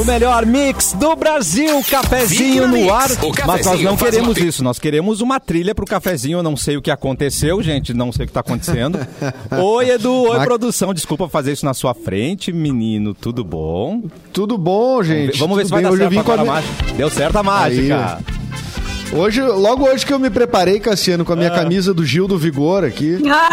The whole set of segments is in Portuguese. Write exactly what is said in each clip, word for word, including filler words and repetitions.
melhor mix do Brasil, cafezinho no mix. Ar. Mas nós não queremos uma... isso, nós queremos uma trilha pro cafezinho. Eu não sei o que aconteceu, gente, não sei o que tá acontecendo. Oi, Edu, oi, Mas... produção. Desculpa fazer isso na sua frente, menino. Tudo bom? Tudo bom, gente. Vamos ver se vai dar certo agora a mágica. Deu certo a mágica. Aí. Hoje, logo hoje que eu me preparei, Cassiano, com a minha ah. camisa do Gil do Vigor aqui.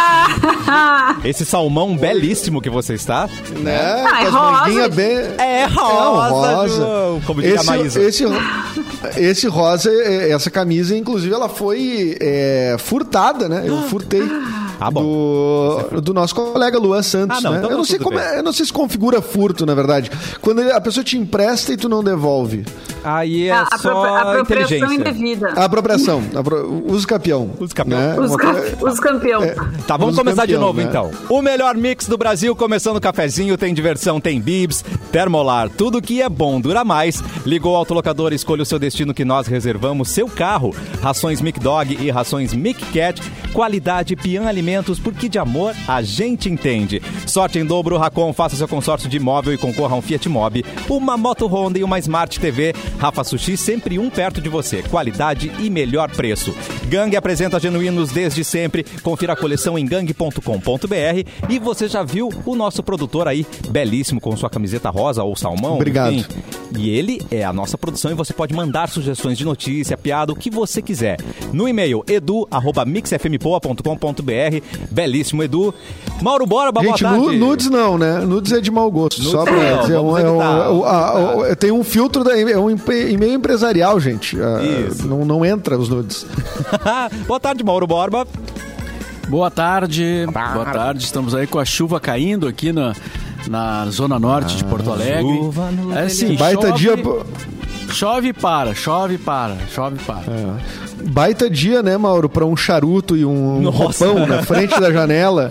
Esse salmão belíssimo que você está. Né? Ah, é rosa. Bem... É rosa, é rosa. João, como diz a Maísa. Esse, esse rosa, essa camisa, inclusive, ela foi é, furtada, né? Eu furtei. Ah, bom. Do, do nosso colega Luan Santos, ah, não, né? Então eu, não sei como é, eu não sei se configura furto, na verdade. Quando a pessoa te empresta e tu não devolve. Aí é a, só a apropriação indevida. A apropriação. Pro, uso campeão. Uso campeão. Né? Uso, ca, uso campeão. É, tá, vamos começar campeão, de novo, né? Então. O melhor mix do Brasil, começando o cafezinho, tem diversão, tem bibs, termolar, tudo que é bom dura mais. Ligou o autolocador, escolha o seu destino que nós reservamos seu carro. Rações Mic Dog e rações Mic Cat. Qualidade Pian Alimentos, porque de amor a gente entende. Sorte em dobro, Racon, faça seu consórcio de imóvel e concorra a um Fiat Mobi, uma moto Honda e uma Smart T V. Rafa Sushi, sempre um perto de você. Qualidade e melhor preço. Gang apresenta genuínos desde sempre. Confira a coleção em gang ponto com ponto b r. E você já viu o nosso produtor aí, belíssimo, com sua camiseta rosa ou salmão. Obrigado. Enfim. E ele é a nossa produção e você pode mandar sugestões de notícia, piada, o que você quiser. No e-mail edu arroba mix f m poa ponto com ponto b r. Belíssimo, Edu. Mauro Borba, boa tarde. Gente, nudes não, né? Nudes é de mau gosto. Nudes só pra não, dizer, é um, é um, é um, a, a, tem um filtro, da, é um e-mail empresarial, gente. Uh, não, não entra os nudes. Boa tarde, Mauro Borba. Boa tarde. Boa tarde. Estamos aí com a chuva caindo aqui na, na zona norte ah, de Porto Alegre. Chuva no é assim, baita chove, dia... Chove e para, chove e para, chove e para. É. Baita dia, né, Mauro? Pra um charuto e um Nossa. roupão na frente da janela.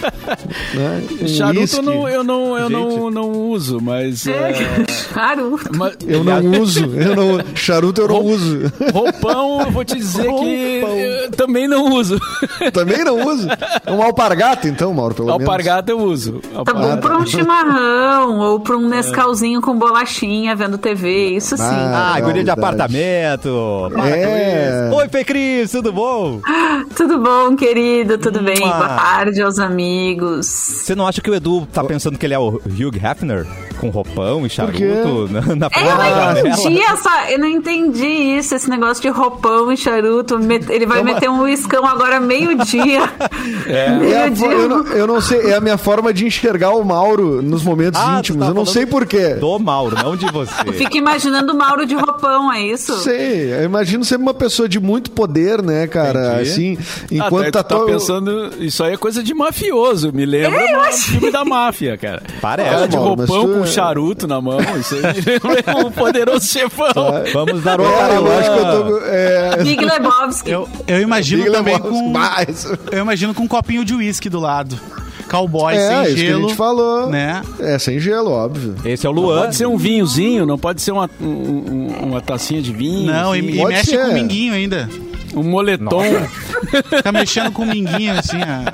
Né? Um charuto whisky. eu, não, eu, não, eu não, não uso, mas... É... Charuto. Mas... Eu não uso. Eu não... Charuto eu não uso. Roupão, eu vou te dizer roupão. que eu também não uso. Também não uso? Um alpargata, então, Mauro, pelo menos. Alpargata eu uso. Tá bom pra um chimarrão ou pra um Nescauzinho com bolachinha vendo T V, isso sim. Ah, ah guria de apartamento. É. Oi, Fê Cris, tudo bom? Tudo bom, querido, tudo bem? Boa tarde aos amigos. Você não acha que o Edu tá pensando que ele é o Hugh Hefner? Com roupão e charuto na, na frente eu da janela? não entendi essa, eu não entendi isso, esse negócio de roupão e charuto. Ele vai Toma. meter um uiscão agora meio-dia. É. Meio é dia. Eu, não, eu não sei, é a minha forma de enxergar o Mauro nos momentos ah, íntimos. Tá eu não sei porquê. Do Mauro, não de você. Fica imaginando o Mauro de roupão, é isso? Sei, eu imagino sempre uma pessoa de muito poder, né, cara? Entendi. Assim, enquanto ah, tá, tá to... pensando, isso aí é coisa de mafioso, me lembra é, do filme da máfia, cara. Parece. Cara de Mauro, roupão tu... com charuto na mão, isso aí me lembra um poderoso chefão. Tá. Vamos dar uma é, eu acho que eu tô... É... Big Lebowski. Eu, eu imagino Big também Lebowski, com... mais. Eu imagino com um copinho de uísque do lado. Cowboy é, sem isso gelo. Que a gente falou. Né? É, sem gelo, óbvio. Esse é o Luan. Não pode ser um vinhozinho, não pode ser uma, um, uma tacinha de vinho. Não, assim. e, e mexe ser. com minguinho ainda. Um moletom. Fica mexendo com minguinho, assim,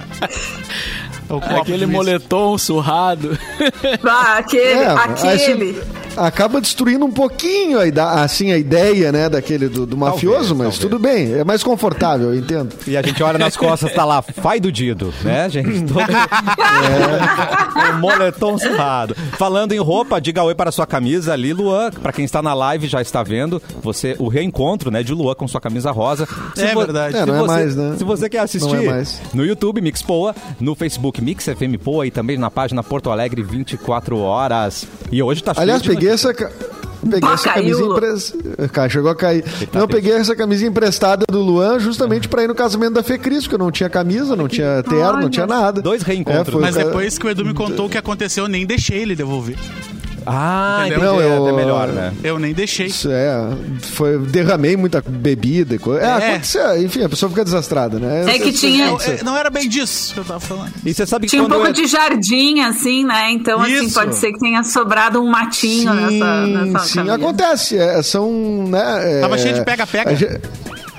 ó. Aquele moletom surrado. Ah, aquele, é, aquele. Acaba destruindo um pouquinho a, ida- assim, a ideia, né, daquele do, do mafioso, talvez, mas talvez. Tudo bem, é mais confortável, eu entendo. E a gente olha nas costas, tá lá, Fai do Dido, né, gente? Todo... é. Um moletom surrado. Falando em roupa, diga oi para sua camisa ali, Luan. Pra quem está na live já está vendo, você, o reencontro, né, de Luan com sua camisa rosa. Se é vo- verdade. É, não se é você, mais, né? Se você quer assistir, é no YouTube, Mix Poa, no Facebook, Mix F M Poa e também na página Porto Alegre vinte e quatro horas. E hoje tá cheio Aliás, de... peguei essa... Peguei ah, essa camisa emprestada. Cara, chegou a cair. Não, eu peguei essa camisa emprestada do Luan justamente pra ir no casamento da Fê Cris, porque eu não tinha camisa, não tinha terno, não tinha nada. Dois reencontros. É, Mas depois que o Edu me contou o que aconteceu, eu nem deixei ele devolver. Ah, entendeu? Não, eu, é até melhor, né? Eu nem deixei. Isso é, foi, derramei muita bebida e coisa. É, é. Aconteceu, enfim, a pessoa fica desastrada, né? É que tinha... Não, não era bem disso que eu tava falando. E você sabe que tinha um pouco eu... de jardim, assim, né? Então, Isso. assim, pode ser que tenha sobrado um matinho sim, nessa, nessa Sim, camisa. Acontece. É, são, né... É, tava cheio de pega-pega.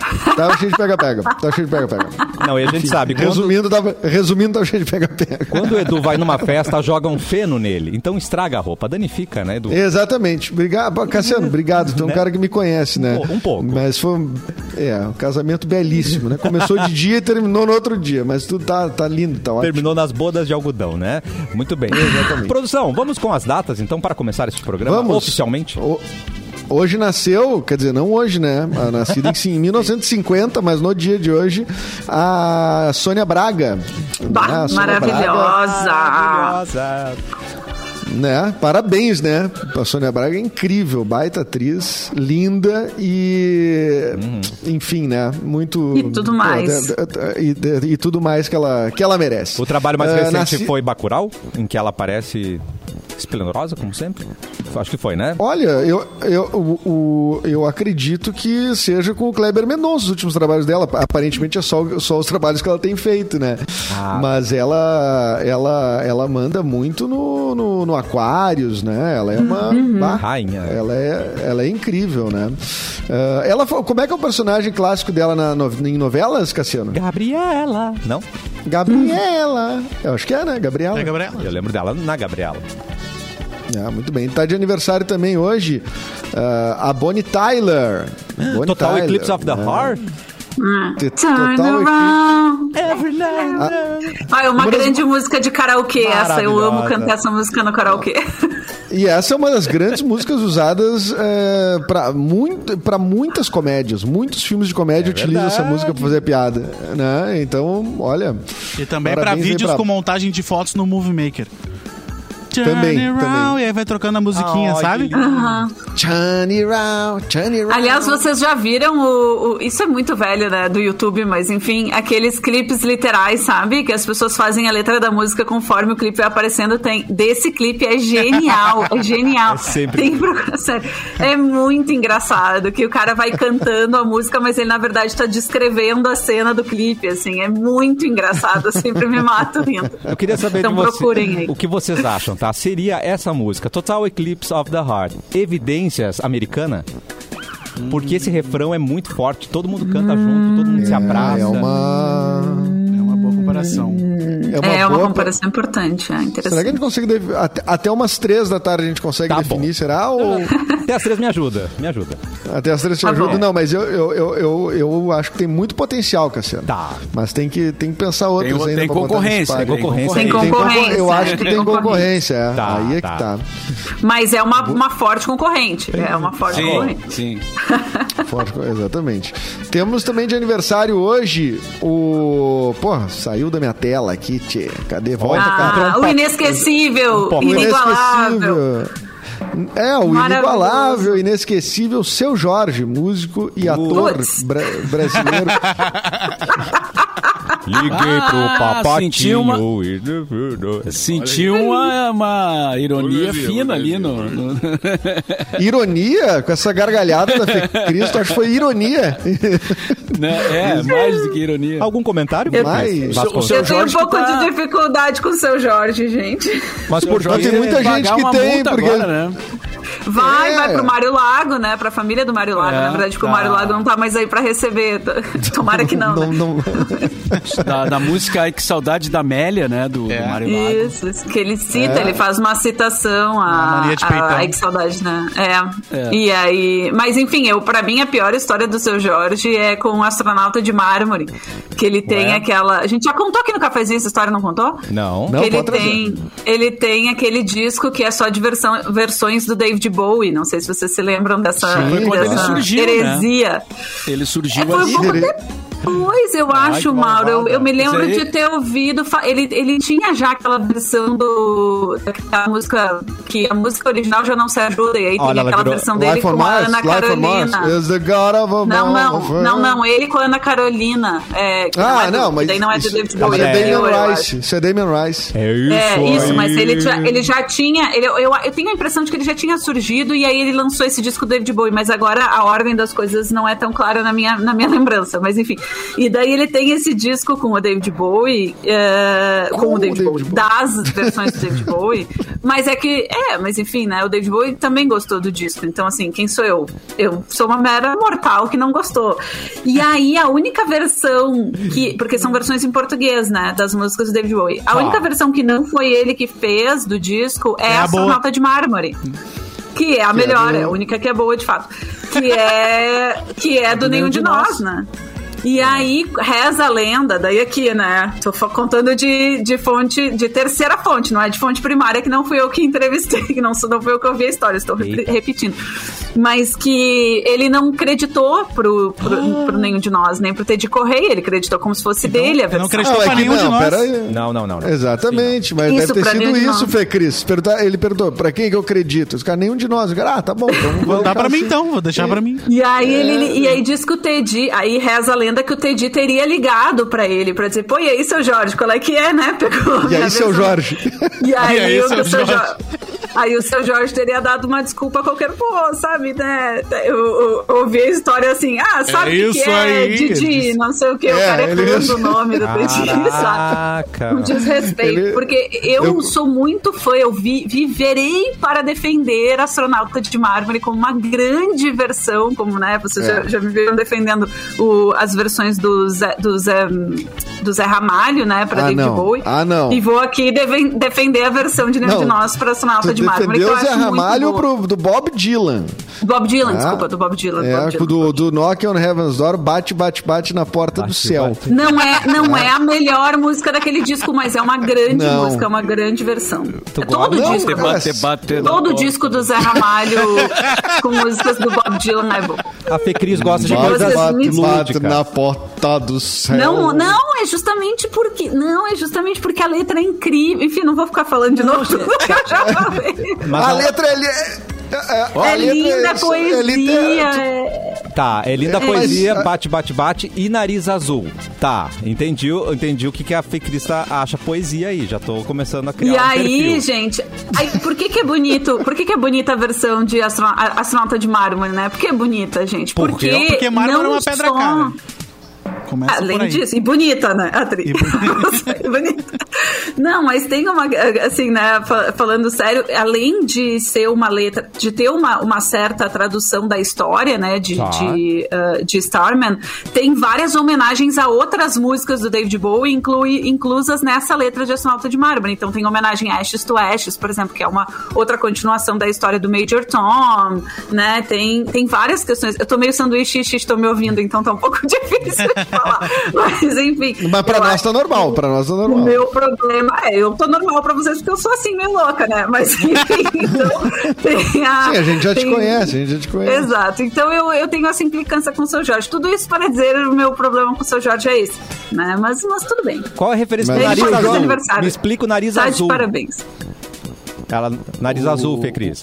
Tava cheio de pega-pega. Tava cheio de pega-pega. Não, e a gente Enfim, sabe. Quando... Resumindo, tava, resumindo, tava cheio de pega-pega. Quando o Edu vai numa festa, joga um feno nele. Então estraga a roupa, danifica, né, Edu? Exatamente. Obrigado, Cassiano, obrigado. Tu é um né? cara que me conhece, né? Um, um pouco. Mas foi é, um casamento belíssimo, né? Começou de dia e terminou no outro dia. Mas tudo tá, tá lindo, tá ótimo. Terminou nas bodas de algodão, né? Muito bem. Exatamente. Produção, vamos com as datas, então, para começar este programa vamos. oficialmente? O... Hoje nasceu, quer dizer, não hoje, né? Nascida em mil novecentos e cinquenta, mas no dia de hoje, a Sônia Braga. Bah, né? A Sônia maravilhosa! Braga, maravilhosa! Né? Parabéns, né? A Sônia Braga é incrível, baita atriz, linda e... Uhum. Enfim, né? Muito... E tudo mais. E, e, e tudo mais que ela, que ela merece. O trabalho mais uh, recente nasci... foi Bacurau, em que ela aparece... esplendorosa, como sempre? Acho que foi, né? Olha, eu, eu, o, o, eu acredito que seja com o Kleber Mendonça os últimos trabalhos dela. Aparentemente é só, só os trabalhos que ela tem feito, né? Ah. Mas ela, ela, ela manda muito no, no, no Aquários, né? Ela é uma... Uhum. Bah, rainha. Ela é, ela é incrível, né? Uh, ela, como é que é o personagem clássico dela na, no, em novelas, Cassiano? Gabriela. Não? Gabriela. Eu acho que é, né? Gabriela. É Gabriela. Eu lembro dela na Gabriela. Ah, muito bem. Tá de aniversário também hoje uh, a Bonnie Tyler. Bonnie Total Tyler, Eclipse of the né? Heart. Total Every night. Ah, é uma, uma grande das... música de karaokê essa. Eu amo cantar essa música no karaokê. E essa é uma das grandes músicas usadas é, para muito, para muitas comédias. Muitos filmes de comédia é utilizam essa música para fazer piada, né? Então, olha. E também para vídeos pra... com montagem de fotos no Movie Maker. Também, around, também. E aí vai trocando a musiquinha, oh, sabe? Uhum. Turn around, turn around. Aliás, vocês já viram o, o... Isso é muito velho, né? Do YouTube, mas enfim, aqueles clipes literais, sabe? Que as pessoas fazem a letra da música conforme o clipe vai aparecendo. Tem... Desse clipe é genial, é genial. É sempre... Tem pro... Sério, é muito engraçado que o cara vai cantando a música, mas ele na verdade tá descrevendo a cena do clipe, assim. É muito engraçado, eu sempre me mato rindo. Eu queria saber então, de você, procurem aí. O que vocês acham, tá? Seria essa música, Total Eclipse of the Heart, Evidências americana? Porque esse refrão é muito forte, todo mundo canta hum, junto, todo mundo é, se abraça. É uma... é uma boa comparação. É uma, é uma boa... comparação importante, é interessante. Será que a gente consegue... Dev... Até, até umas três da tarde a gente consegue tá definir, bom. Será? Ou... Até as três me ajuda, me ajuda. Até as três te tá ajuda? Bom. Não, mas eu, eu, eu, eu, eu acho que tem muito potencial, Cassiano. Tá. Mas tem que, tem que pensar outros tem, ainda. Tem concorrência, tem concorrência. Tem concorrência. Eu acho que tem concorrência. É. Tá, aí é tá. que tá. Mas é uma, uma forte concorrente. É uma forte sim, concorrente. Sim. Forte, exatamente. Temos também de aniversário hoje o... Porra, saiu da minha tela aqui, tchê. Cadê? Volta, ah, cara. O inesquecível. O inigualável. É, o inigualável, inesquecível Seu Jorge, músico e ator bra- brasileiro. Liguei pro ah, papatinho. Sentiu uma, senti uma, uma ironia olha, fina olha, ali no, no... Ironia? Com essa gargalhada da Fê Cristo, acho que foi ironia. Não, é, mais do que ironia. Algum comentário? Eu, mais. O, o seu eu tenho um pouco tá... de dificuldade com o seu Jorge, gente. Mas por tem muita gente que tem, porque... Agora, né? Vai, é. vai pro Mário Lago, né? Pra família do Mário Lago. É, na verdade, porque tá. O Mário Lago não tá mais aí pra receber. Tomara que não. não, né? não. Da, da música aí, Que Saudade da Amélia, né? Do, é. do Mário Lago. Isso, isso, que ele cita, é. Ele faz uma citação a. Maria de Peitão. Ai, que saudade, né? É. é. E aí. Mas enfim, eu, pra mim, a pior história do seu Jorge é com o Astronauta de Mármore. Que ele tem Ué? aquela. A gente já contou aqui no cafezinho essa história, não contou? Não. Que não ele tem. Ele tem aquele disco que é só de versão, versões do David Bowie. Não sei se vocês se lembram dessa, Sim, dessa ele surgiu, heresia. Né? Ele surgiu é, foi um pouco depois, eu Ai, acho, Mauro. Eu, eu me lembro aí... de ter ouvido. Ele, ele tinha já aquela versão do. Da música. Que a música original já não se ajuda. E aí Olha, tem aquela virou... versão dele Life com a Ana Life Carolina. Não, não, não, não. Ele com a Ana Carolina. É, ah, não, é não, do, mas. Daí não é de David Bowie. Isso é Damien Rice. Isso é Damien Rice. É isso. É isso, mas ele já, ele já tinha. Ele, eu, eu tenho a impressão de que ele já tinha surgido e aí ele lançou esse disco do David Bowie. Mas agora a ordem das coisas não é tão clara na minha, na minha lembrança. Mas enfim. E daí ele tem esse disco com o David Bowie, uh, com, com o David, David Bowie, Bowie, das versões do David Bowie, Mas é que, é, mas enfim, né? O David Bowie também gostou do disco. Então, assim, quem sou eu? Eu sou uma mera mortal que não gostou. E aí, a única versão que... Porque são versões em português, né? Das músicas do David Bowie. A ah. única versão que não foi ele que fez do disco é, é a Astronauta de Mármore. Que é a que melhor, é, do... é a única que é boa, de fato. Que é, que é do Nenhum de Nós, né? E aí, reza a lenda, daí aqui, né? Tô contando de, de fonte, de terceira fonte, não é de fonte primária, que não fui eu que entrevistei, que não, não fui eu que ouvi a história, estou re- repetindo. Mas que ele não creditou pro, pro, ah. pro Nenhum de Nós, nem pro Teddy Correia, ele creditou como se fosse então, dele a versão. Não creditou ah, pra Nenhum não, de Nós. Não, não, não, não. Exatamente, mas isso, deve ter sido isso, Fê Cris. Ele perguntou, pra quem que eu acredito? Os caras, Nenhum de Nós. Cara, ah, tá bom, então vou dar pra assim. mim então, vou deixar é. pra mim. E aí, é. ele, e aí diz que o Teddy, aí reza a lenda que o Teddy teria ligado pra ele, pra dizer, pô, e aí, seu Jorge, qual é que é, né? Pegou e aí, seu Jorge? E aí, e aí o seu Jorge? Jorge? Aí o seu Jorge teria dado uma desculpa a qualquer pô, sabe, né? Eu, eu, eu ouvi a história assim, ah, sabe o é que, que é, aí, Didi, não sei o que, é, o cara é falando o nome do Teddy, sabe? Um desrespeito, ele... porque eu, eu sou muito fã, eu vi, viverei para defender Astronauta de Mármore como uma grande versão, como, né, vocês é. já, já me viram defendendo o, as versões do Zé, do Zé, do Zé Ramalho, né, para ah, David não. Bowie. Ah, não. E vou aqui deve, defender a versão de Nenhum de Nós para Astronauta de Mármore. Defendeu o Zé Ramalho pro, do Bob Dylan. Bob Dylan, ah, desculpa, do Bob Dylan. É, Bob Dylan, do, Bob do Knock on Heaven's Door, bate, bate, bate na porta bate, do céu. Bate. Não, é, não é a melhor música daquele disco, mas é uma grande não. música, é uma grande versão. Tu todo não, disco, bate, bate, todo disco do Zé Ramalho com músicas do Bob Dylan é bom. A Fê Cris gosta de bate, coisas bate, bate na porta do céu. Não, não, é justamente porque não, é justamente porque a letra é incrível. Enfim, não vou ficar falando de novo tudo que eu já falei. Mas a letra ele é É, é linda a poesia. É... Tá, é linda a poesia, bate, bate, bate e nariz azul. Tá, entendi, entendi o que, que a Fê Cris acha poesia aí. Já tô começando a criar e um aí, perfil. gente, aí, por que que é bonito? Por que que é bonita a versão de astro, Astronauta de Mármore, né? Por que é bonita, gente? Por porque quê? Porque mármore é uma pedra só... cara. Começa Além disso, e bonita, né, atriz? E bonita. Não, mas tem uma, assim, né, falando sério, além de ser uma letra, de ter uma, uma certa tradução da história, né, de, tá. de, uh, de Starman, tem várias homenagens a outras músicas do David Bowie, inclui, inclusas nessa letra de Astronauta de Mármore. Então tem homenagem a Ashes to Ashes, por exemplo, que é uma outra continuação da história do Major Tom, né, tem, tem várias questões. Eu tô meio sanduíche e estou me ouvindo, então tá um pouco difícil de falar. Mas enfim. Mas pra nós tá normal, pra nós tá normal. O meu problema é, eu tô normal pra vocês porque eu sou assim, meio louca, né? Mas enfim, então tem a. Sim, a gente já tem... te conhece, a gente já te conhece. Exato. Então eu, eu tenho essa implicância com o seu Jorge. Tudo isso para dizer o meu problema com o seu Jorge é esse, né? Mas, mas tudo bem. Qual é a referência mas do nariz azul? Aniversário. Me explica o nariz tá azul. De parabéns. Ela, nariz o... azul, Fê Cris.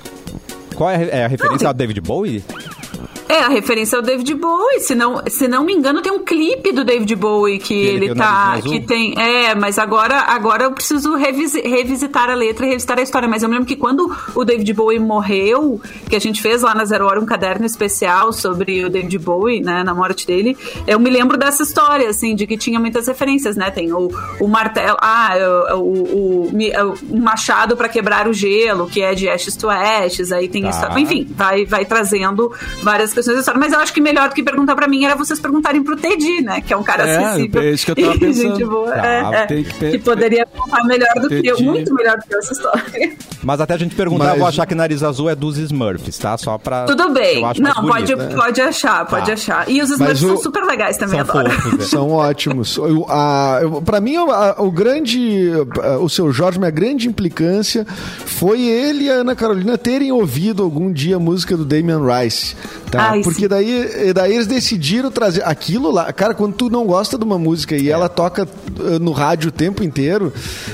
Qual é a, é a referência ao David Bowie? É, a referência ao David Bowie, se não, se não me engano tem um clipe do David Bowie que, que ele, ele tá, que tem, é, mas agora, agora eu preciso revisi, revisitar a letra e revisitar a história, mas eu me lembro que quando o David Bowie morreu, que a gente fez lá na Zero Hora um caderno especial sobre o David Bowie, né, na morte dele, eu me lembro dessa história, assim, de que tinha muitas referências, né, tem o, o martelo, ah, o, o, o, o machado pra quebrar o gelo, que é de Ashes to Ashes, aí tem tá. isso, enfim, vai, vai trazendo várias questões da história, mas eu acho que melhor do que perguntar pra mim era vocês perguntarem pro Teddy, né, que é um cara é, acessível. É, isso que eu tava pensando. Gente boa, tá, é, é, tem que, ter, que poderia contar melhor do Teddy. que eu, muito melhor do que eu essa história. Mas até a gente perguntar, mas... eu vou achar que nariz azul é dos Smurfs, tá? Só pra... Tudo bem. Eu acho não, bonito, pode, né? pode achar, pode tá. achar. E os Smurfs o... são super legais também, são adoro. Fofos, são ótimos. Eu, a, eu, pra mim, a, o grande... O seu Jorge, minha grande implicância foi ele e a Ana Carolina terem ouvido algum dia a música do Damien Rice. Tá? Ai, porque daí, daí eles decidiram trazer aquilo lá. Cara, quando tu não gosta de uma música e é. ela toca no rádio o tempo inteiro,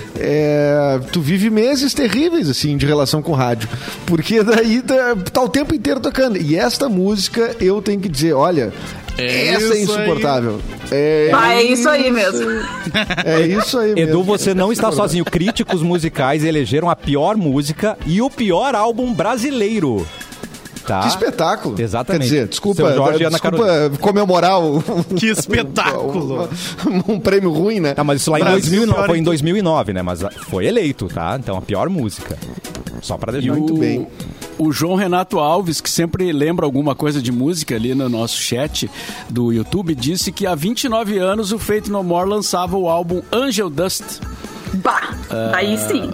é, tu vive meses terríveis, assim, de relação com o rádio. Porque daí tá, tá o tempo inteiro tocando. E esta música, eu tenho que dizer, olha... É Essa é insuportável. É, ah, é isso aí mesmo. É isso aí mesmo. Edu, você não está sozinho. Críticos musicais elegeram a pior música e o pior álbum brasileiro. Tá. Que espetáculo. Exatamente. Quer dizer, desculpa, Seu Jorge e Ana desculpa Carolina. comemorar o, Que espetáculo. um, um prêmio ruim, né? Tá, mas isso lá em Brasil, dois mil e nove, pior foi em em dois mil e nove, né? Mas foi eleito, tá? Então a pior música. Só pra deixar. E Muito o, bem. O João Renato Alves, que sempre lembra alguma coisa de música ali no nosso chat do YouTube, disse que há vinte e nove anos o Faith No More lançava o álbum Angel Dust. Bah, aí sim.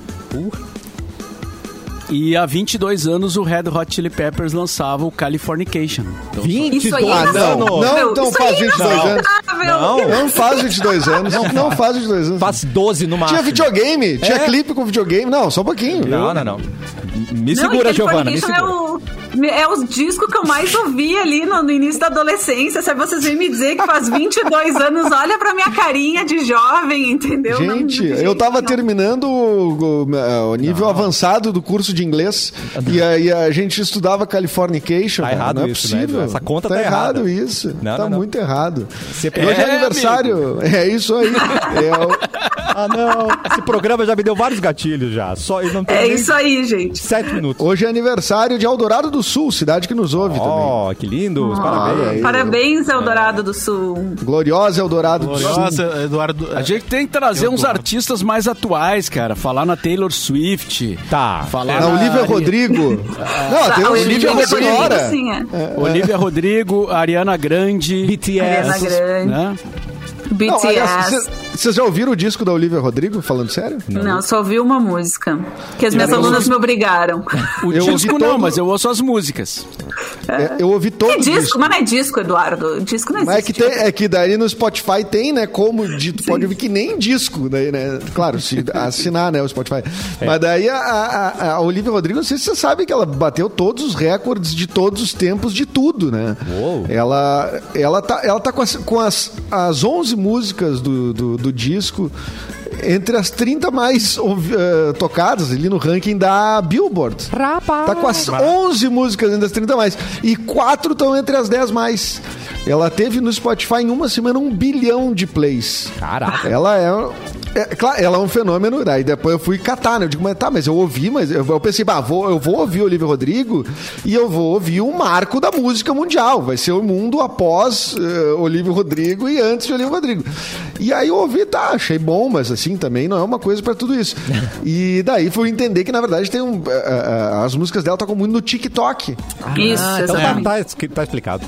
E há vinte e dois anos o Red Hot Chili Peppers lançava o Californication. Então, vinte e Isso aí dois Ah, não. anos. Não, então Isso faz aí vinte e dois é anos. inacreditável. Não faz vinte e dois anos. Não, não faz vinte e dois anos. Faz doze no máximo. Tinha videogame, tinha É. clipe com videogame. Não, só um pouquinho. Não, não, não. Me Não, segura, e Giovana, me Californication segura. É o, é o disco que eu mais ouvi ali no, no início da adolescência. Se vocês vêm me dizer que faz vinte e dois anos, olha pra minha carinha de jovem, entendeu? Não, Gente, de eu jeito tava não. terminando o, o- o nível avançado do curso de inglês e aí a gente estudava Californication. Tá cara, errado não é isso, né, possível. Edu? Essa conta tá tá errado errada. isso. Não, tá não, não. muito errado. Você- E hoje é, É, aniversário. É isso aí. É o- Ah, não. Esse programa já me deu vários gatilhos já. Só ele não tem É nem isso aí, gente. sete minutos. Hoje é aniversário de Eldorado do Sul, cidade que nos ouve também. Oh, que lindo. Olha Parabéns. aí. Parabéns, Eldorado do Sul. Gloriosa Eldorado do Sul. Gloriosa, Eduardo. a gente tem que trazer Eu uns tô- artistas mais atuais, cara. Falar na Taylor Swift. Tá. Falar Na na Olivia Ari- Rodrigo. Não, tem Ah, a Olivia Olivia Rodrigo. Rodrigo, sim, é. Olivia Rodrigo, Ariana Grande. B T S. Ariana Grande, Né? Não, aliás, B T S. vocês- Vocês já ouviram o disco da Olivia Rodrigo, falando sério? Não, só ouvi uma música. Que as minhas Eu alunas ouvi- me obrigaram. O Eu ouvi disco não, todo- mas eu ouço as músicas. É, eu ouvi todo Que o disco? disco. Mas não é disco, Eduardo. Disco não Mas é existe. que, tem, é que daí no Spotify tem, né, como de, tu pode ouvir que nem disco, daí, né, claro, se assinar, né, o Spotify. Mas daí a, a, a Olivia Rodrigo, não sei se você sabe que ela bateu todos os recordes de todos os tempos de tudo, né. Uou. Ela, ela tá, ela tá com, as, com as, as onze músicas do, do, do disco entre as trinta mais ouvi- eh, tocadas ali no ranking da Billboard. Tá com as onze músicas entre as trinta mais. E quatro estão entre as dez mais. Ela teve no Spotify em uma semana um bilhão de plays. Caraca. Ela é... É, claro, ela é um fenômeno, daí depois eu fui catar, né? Eu digo, mas tá, mas eu ouvi, mas eu, eu pensei, bah, vou, eu vou ouvir Olivia Rodrigo e eu vou ouvir um marco da música mundial. Vai ser o mundo após uh, Olivia Rodrigo e antes de Olivia Rodrigo. E aí eu ouvi, tá, achei bom, mas assim também não é uma coisa pra tudo isso. E daí fui entender que na verdade tem um. Uh, uh, as músicas dela tocam muito no TikTok. Isso, Ah, então tá, exatamente. tá, escri- tá explicado.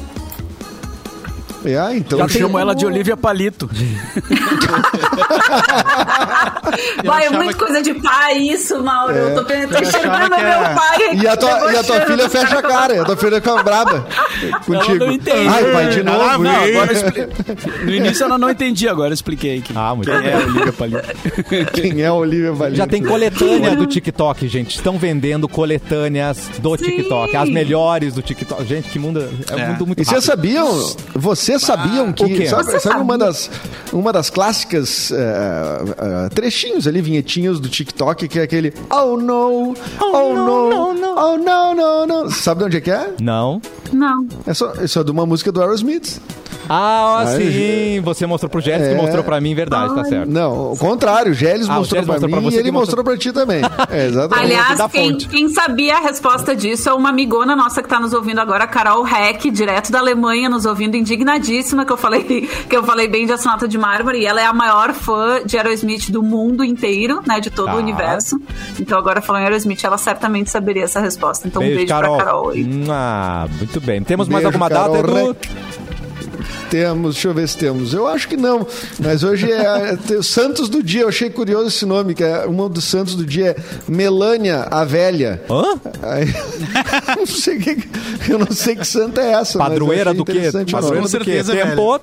É, então Eu tem chamo um- ela de Olivia Palito. Vai, é achava muito que- coisa de pai isso, Mauro. Eu tô, pe- tô Eu achava enxergando que meu era- pai aqui. E a tua, e a tua debochando filha dos fecha a caras. cara, a tua filha fica braba contigo. não entende. Ai, pai, de Não, novo. Não, hein? agora eu expli- No início ela não entendia, agora eu expliquei aqui. Ah, muito Quem bem. é a Olivia Palito. Quem é a Olivia Valente? Já tem coletânea do TikTok, gente. Estão vendendo coletâneas do Sim. TikTok. As melhores do TikTok. Gente, que mundo... É, É. um mundo muito E vocês rápido. sabiam? Vocês sabiam que. o quê? Sabe, Você sabe uma, sabia? das, uma das clássicas eh, eh, trechinhos ali, vinhetinhos do TikTok, que é aquele Oh no, oh, no, oh no, no, no. Sabe de onde é que é? Não. Não. É só, isso é de uma música do Aerosmith. Ah, Ah, sim. Você mostrou pro Gélis, É. que mostrou pra mim, verdade, tá Ai. certo. Não, o contrário, o Gélis Ah, o mostrou Gélis pra mostrou mim pra você e ele que mostrou mostrou- pra ti também. É, exatamente. Aliás, da quem, fonte. quem sabia a resposta disso é uma amigona nossa que tá nos ouvindo agora, a Carol Heck, direto da Alemanha, nos ouvindo, indignadíssima, que eu falei, que eu falei bem de A Sonata de Mármore, e ela é a maior fã de Aerosmith do mundo inteiro, né, de todo Tá. o universo. Então agora falando em Aerosmith, ela certamente saberia essa resposta. Então um beijo Carol. pra Carol aí. Ah, muito bem. Temos mais Beijo, alguma Carol data, Edu? Reck. Temos, deixa eu ver se temos. Eu acho que não, mas hoje é, é tem o Santos do Dia. Eu achei curioso esse nome, que é uma dos Santos do Dia é Melânia a Velha. Hã? Aí, não sei que, eu não sei que santa é essa. mas Padroeira achei do quê? interessante o nome. Padroeira Com do quê? certeza, Tempo.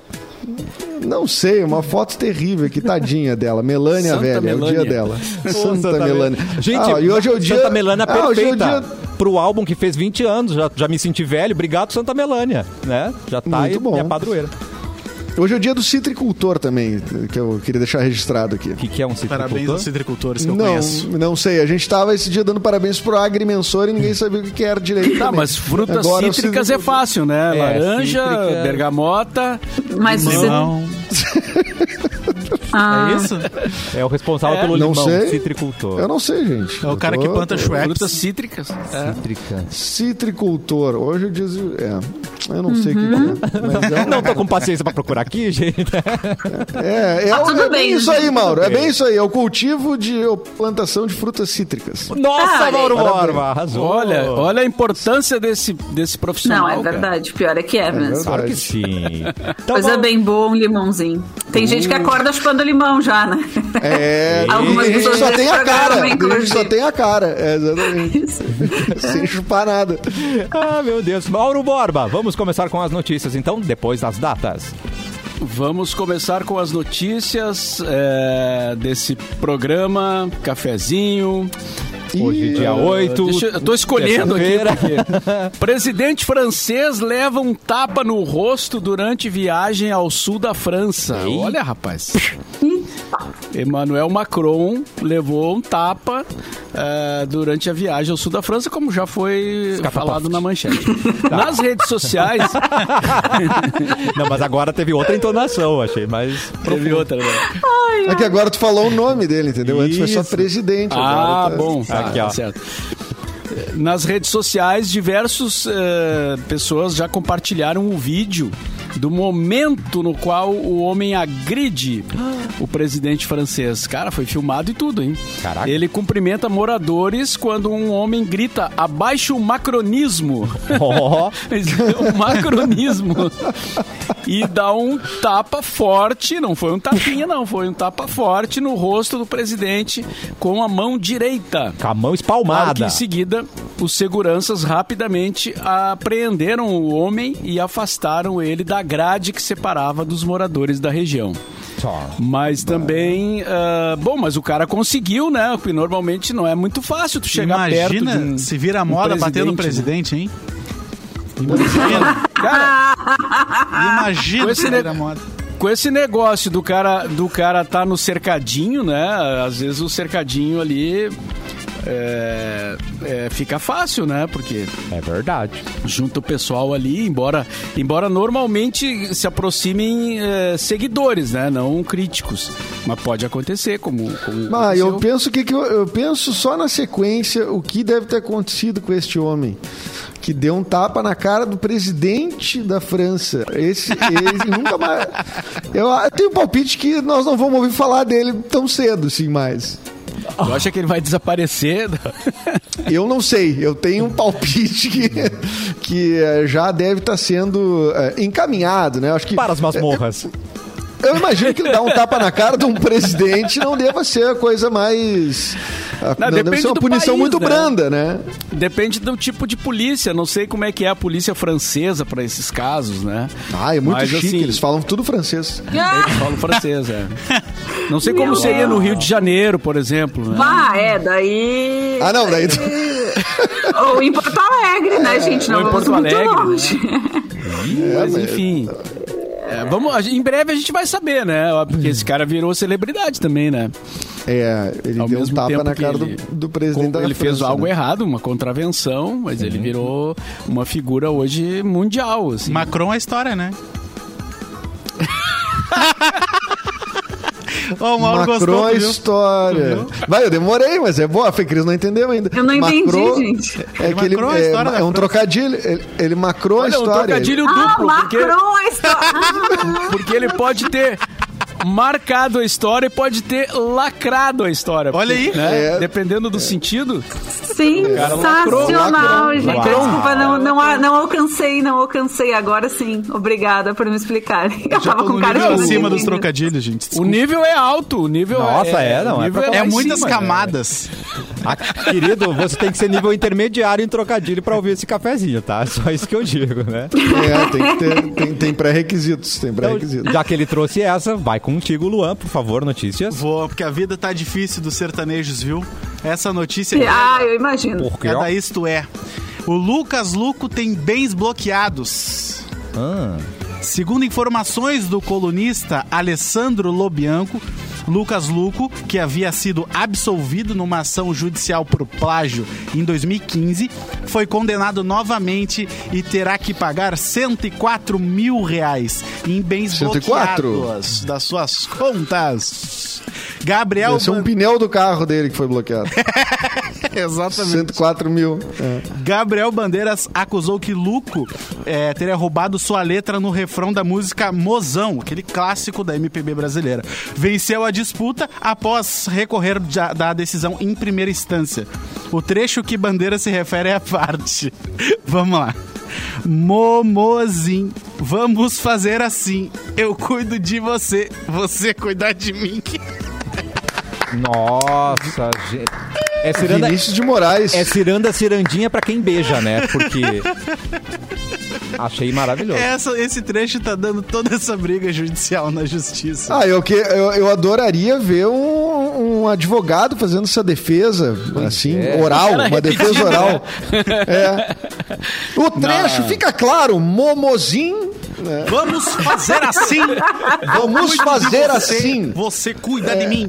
Não sei, uma foto terrível, que tadinha dela. Melânia Santa Velha, é o Melânia. dia dela. Ô, Santa, Melânia. Gente, Ah, e hoje é o dia... Santa Melânia Ah, hoje é o perfeita. dia- Pro álbum que fez vinte anos, já, já me senti velho. Obrigado, Santa Melânia. Né? Já tá Muito aí bom. minha padroeira. Hoje é o dia do citricultor também, que eu queria deixar registrado aqui. O que, que é um Parabéns citricultor? aos citricultores que eu Não, conheço. não sei. A gente tava esse dia dando parabéns pro agrimensor e ninguém sabia o que que era direito. Tá, também. mas frutas Agora eu cítricas sei- é fácil, né? É, Laranja, cítrica. bergamota. Mas você, Não. Ah. É isso? É o responsável É, pelo não limão, sei. citricultor. Eu não sei, gente. É o cara Eu que tô- planta Schweppes. Frutas cítricas. É. Cítrica. Citricultor. Hoje eu diz... É, eu não sei o que, que é. Mas é, um- Não tô com paciência pra procurar aqui, gente. é, é, Tá o- tudo é bem bem, isso né? aí, Mauro. É Tudo bem. bem isso aí. É o cultivo de plantação de frutas cítricas. Nossa, Ah, Mauro parabéns. Borba, arrasou. Olha, olha a importância desse, desse profissional. Não, é cara. verdade. Pior é que é mesmo. Claro que verdade. sim. Então, Coisa vamos- bem boa, um limãozinho. Tem gente que acorda chupando limão já, né? É, Algumas tem gente que pessoas só desse tem a programa, cara. Tem gente que inclusive. só tem a cara. É, exatamente. Sem chupar nada. Ah, meu Deus. Mauro Borba, vamos começar com as notícias, então, depois das datas. Vamos começar com as notícias é, desse programa, cafezinho. Hoje, Ih, dia oito. Deixa, eu tô escolhendo aqui. terça-feira. Porque presidente francês leva um tapa no rosto durante viagem ao sul da França. Ei. Olha, rapaz. Emmanuel Macron levou um tapa eh, durante a viagem ao sul da França, como já foi Escapatoft. falado na manchete. Nas redes sociais... Não, mas agora teve outra entonação, achei mais... Teve outra, né? É que agora tu falou o nome dele, entendeu? Antes foi só Isso. presidente. Ah, agora tá- bom. Tá, Aqui, ó. tá certo. Nas redes sociais, diversas eh, pessoas já compartilharam o vídeo do momento no qual o homem agride o presidente francês. Cara, foi filmado e tudo, hein? Caraca. Ele cumprimenta moradores quando um homem grita: abaixo o macronismo. Ó. O macronismo. E dá um tapa forte, não foi um tapinha, não, foi um tapa forte no rosto do presidente com a mão direita. Com a mão Claro que espalmada. em seguida, os seguranças rapidamente apreenderam o homem e afastaram ele da grade que separava dos moradores da região. Só. Mas também, ah, bom, mas o cara conseguiu, né? Porque normalmente não é muito fácil tu chegar perto de Imagina um, se vira um moda bater no presidente, né? presidente, hein? Imagina. Cara, Imagina Com esse se ne- vira moda. com esse negócio do cara, do cara tá no cercadinho, né? Às vezes o cercadinho ali é, é, fica fácil, né? Porque É verdade. junta o pessoal ali, embora, embora normalmente se aproximem é, seguidores, né? Não críticos. Mas pode acontecer, como, como Mas eu aconteceu. penso que, que eu, eu penso só na sequência o que deve ter acontecido com este homem que deu um tapa na cara do presidente da França. Esse, esse nunca mais. Eu, eu tenho um palpite que nós não vamos ouvir falar dele tão cedo, assim, mais. Tu acha que ele vai desaparecer? Eu não sei, eu tenho um palpite que, que eh, já deve estar sendo eh, encaminhado, né? Acho que Para as masmorras. eu imagino que ele dar um tapa na cara de um presidente não deva ser a coisa mais. a- Não, Não, deve depende ser uma do punição país, muito né? branda, né? Depende do tipo de polícia. Não sei como é que é a polícia francesa para esses casos, né? Ah, é muito Mas, chique, assim, eles falam tudo francês. Eles falam francês, é. Não sei como seria no Rio de Janeiro, por exemplo, né? Ah, é, daí. Ah, não, daí. Ou em Porto Alegre, né, gente? Não Ou em vamos Porto muito Alegre, longe. Mas mas- enfim. É, vamos, a gente- em breve a gente vai saber, né? Porque esse cara virou celebridade também, né? É, ele Ao deu um mesmo tapa tempo na que cara ele- do, do presidente da Ele França. fez algo né? errado, uma contravenção, mas ele virou uma figura hoje mundial, assim. Macron é história, né? Ó, o Mauro Macron gostou, é viu? história. Vai, eu demorei, mas é boa. A Fê Cris não entendeu ainda. Eu não entendi, Macron gente. É que ele Macron é a é, história da é um França. trocadilho. Ele, ele macrou a Olha, um história. trocadilho Ah, duplo, porque, Macron é história. Ah, porque ele pode ter marcado a história e pode ter lacrado a história. Olha aí. Né? É. Dependendo do sentido. sensacional, lacrou, gente. lacrou. Desculpa, não, não, a- não alcancei, não alcancei. Agora sim. Obrigada por me explicarem. Eu Já tava tô com no cara nível de não acima dos entender. trocadilhos, gente. O Desculpa. nível é alto, o nível Nossa, é... é, não, o é nível pra- É lá em muitas cima, né? camadas. Ah, querido, você tem que ser nível intermediário em trocadilho pra ouvir esse cafezinho, tá? Só isso que eu digo, né? É, tem que ter. Tem, tem pré-requisitos. Tem Então, pré-requisitos. já que ele trouxe essa, vai contigo, Luan, por favor, notícias. Vou, porque a vida tá difícil dos sertanejos, viu? Essa notícia Ah, eu imagino. Por quê? é da Isto É. O Lucas Luco tem bens bloqueados. Ah, Segundo informações do colunista Alessandro Lobianco, Lucas Luco, que havia sido absolvido numa ação judicial por plágio em dois mil e quinze, foi condenado novamente e terá que pagar cento e quatro mil reais em bens cento e quatro bloqueados das suas contas. Gabriel... Esse é um pneu do carro dele que foi bloqueado. Exatamente. cento e quatro mil. É. Gabriel Bandeiras acusou que Luco é, teria roubado sua letra no refrão da música Mozão, aquele clássico da M P B brasileira. Venceu a disputa após recorrer da, da decisão em primeira instância. O trecho que Bandeiras se refere é a parte. Vamos lá. Momozinho, vamos fazer assim. Eu cuido de você, você cuidar de mim. Nossa, gente. É ciranda, Vinícius de Moraes. É ciranda cirandinha pra quem beija, né? Porque... Achei maravilhoso. Essa, esse trecho tá dando toda essa briga judicial na justiça. Ah, eu, que, eu, eu adoraria ver um, um advogado fazendo essa defesa, assim, é. oral, uma defesa oral. É. O trecho, Não. fica claro, Momozinho. É. Vamos fazer assim. Vamos fazer você, assim. Você cuida é. de mim.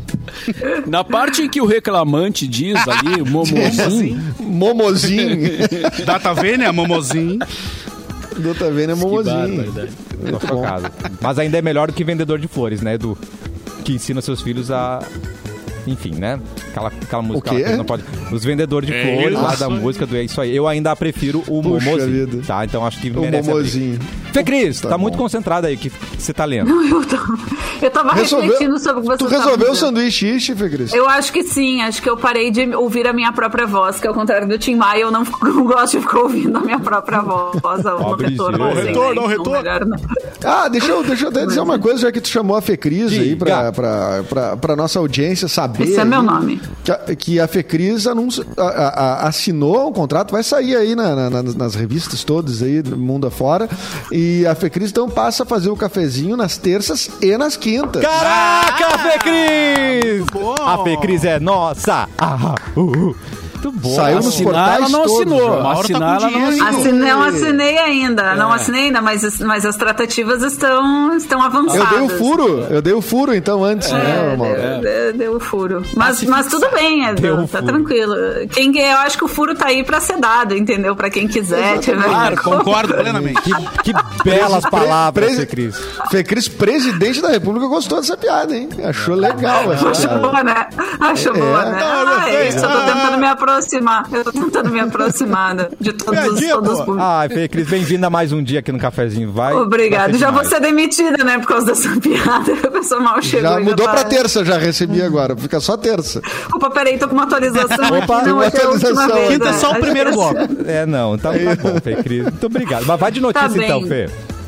Na parte em que o reclamante diz ali, o Momozinho. Momozinho. Data Vênia, Momozinho. Data Vênia, Momozinho. Tô chocado. Mas ainda é melhor do que vendedor de flores, né, Edu? Que ensina seus filhos a... Enfim, né? Aquela, aquela música O quê? lá que não pode... Os vendedores de É flores lá isso da aí. música do É Isso Aí. Eu ainda prefiro o Puxa Momozinho. vida. Tá? Então acho que O merece Momozinho. a Fê Cris, tá, Tá muito bom. concentrada aí. O que você tá lendo? Eu, tô, eu tava refletindo sobre o que você Tu tava resolveu o dizendo. sanduíche ishi, Fê Cris? Eu acho que sim, acho que eu parei de ouvir a minha própria voz, que ao contrário do Tim Maia, eu não, não gosto de ficar ouvindo a minha própria voz. O Ó, retorno, Brigitte. assim, Retorno, né? retorno. Então, melhor não. Ah, deixa eu, deixa eu até dizer uma coisa, já que tu chamou a Fê Cris aí pra, pra, pra, pra nossa audiência saber. Esse é aí, meu nome. Que a, que a Fê Cris anuncio, a, a, a, assinou um contrato, vai sair aí na, na, nas revistas todas aí, do mundo afora. E a Fê Cris então passa a fazer o cafezinho nas terças e nas quintas. Caraca, Ah, Fê Cris! bom. A Fê Cris é nossa! Ah, uh, uh. Muito bom. Saiu nos Assinar, portais ela não todos, assinou. já. Mauro tá Assinar, com ela não dinheiro, assinou. hein? Assin, não assinei ainda, não assinei ainda, mas, mas as tratativas estão, estão avançadas. Eu dei o furo, eu dei o furo então antes, É, né, Mauro? deu, deu, deu o furo. Mas, mas tudo bem, Edu, Deu o tá furo. tranquilo. Quem, eu acho que o furo tá aí pra ser dado, entendeu? Pra quem quiser. tiver- Claro, concordo plenamente. Que, que belas palavras, Pre- Fê Cris. Fê Cris, presidente da República, gostou dessa piada, hein? Achou legal essa Achou piada. boa, né? Achou É. boa, né? Não, eu Ah, gostei. é isso, eu tô tentando me aproximar. Eu tô tentando me aproximar de todos os, Piadinha, todos os pô. públicos. Ai, Fê Cris, bem-vinda mais um dia aqui no Cafezinho. Vai. Obrigada. vai ser Já vou demais. ser demitida, né? Por causa dessa piada. A pessoa mal chegou. Já e mudou tá- pra terça, já recebi agora. Fica só terça. Opa, peraí, tô com uma atualização aqui. Opa, Não, uma hoje é a última atualização. vez, Quinta é né? só o primeiro bloco. É, não. Então tá bom, Fê Cris. Muito obrigado. Mas vai de notícia Tá bem. então, Fê.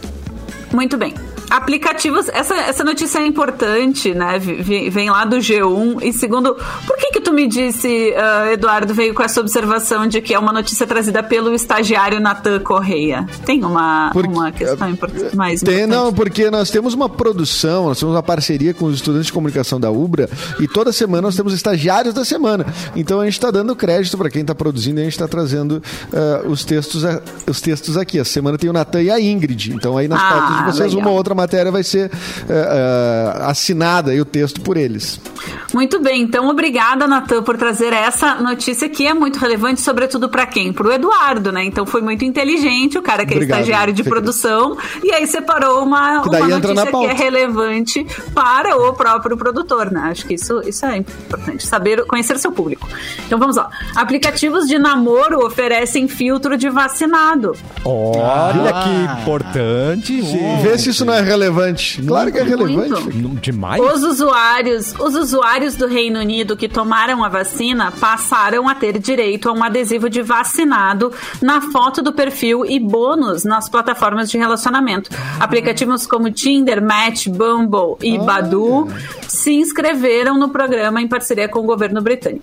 Muito bem. Aplicativos, essa, essa notícia é importante, né? Vem, vem lá do G um. E segundo, por que que tu me disse, uh, Eduardo, veio com essa observação de que é uma notícia trazida pelo estagiário Natan Correia? Tem uma, Porque- uma questão import- mais Tem, importante? não, porque nós temos uma produção, nós temos uma parceria com os estudantes de comunicação da Ubra e toda semana nós temos estagiários da semana. Então a gente está dando crédito para quem está produzindo e a gente está trazendo uh, os, textos a- os textos aqui. Essa semana tem o Natan e a Ingrid. Então aí nas Ah, pautas de vocês legal. uma outra matéria vai ser uh, uh, assinada e o texto por eles. Muito bem, então obrigada, Natan, por trazer essa notícia que é muito relevante, sobretudo para quem? Para o Eduardo, né? Então foi muito inteligente, o cara que é Obrigado, estagiário de Fê Cris. produção, e aí separou uma, Que daí uma entra na notícia que é pauta. relevante para o próprio produtor, né? Acho que isso, isso é importante, saber conhecer seu público. Então vamos lá. Aplicativos de namoro oferecem filtro de vacinado. Olha Ah. que importante, gente. Vê se isso não é relevante. Claro que é Muito. relevante. Não- Demais? Os usuários, os usuários do Reino Unido que tomaram a vacina passaram a ter direito a um adesivo de vacinado na foto do perfil e bônus nas plataformas de relacionamento. Aplicativos como Tinder, Match, Bumble e Olha. Badoo se inscreveram no programa em parceria com o governo britânico.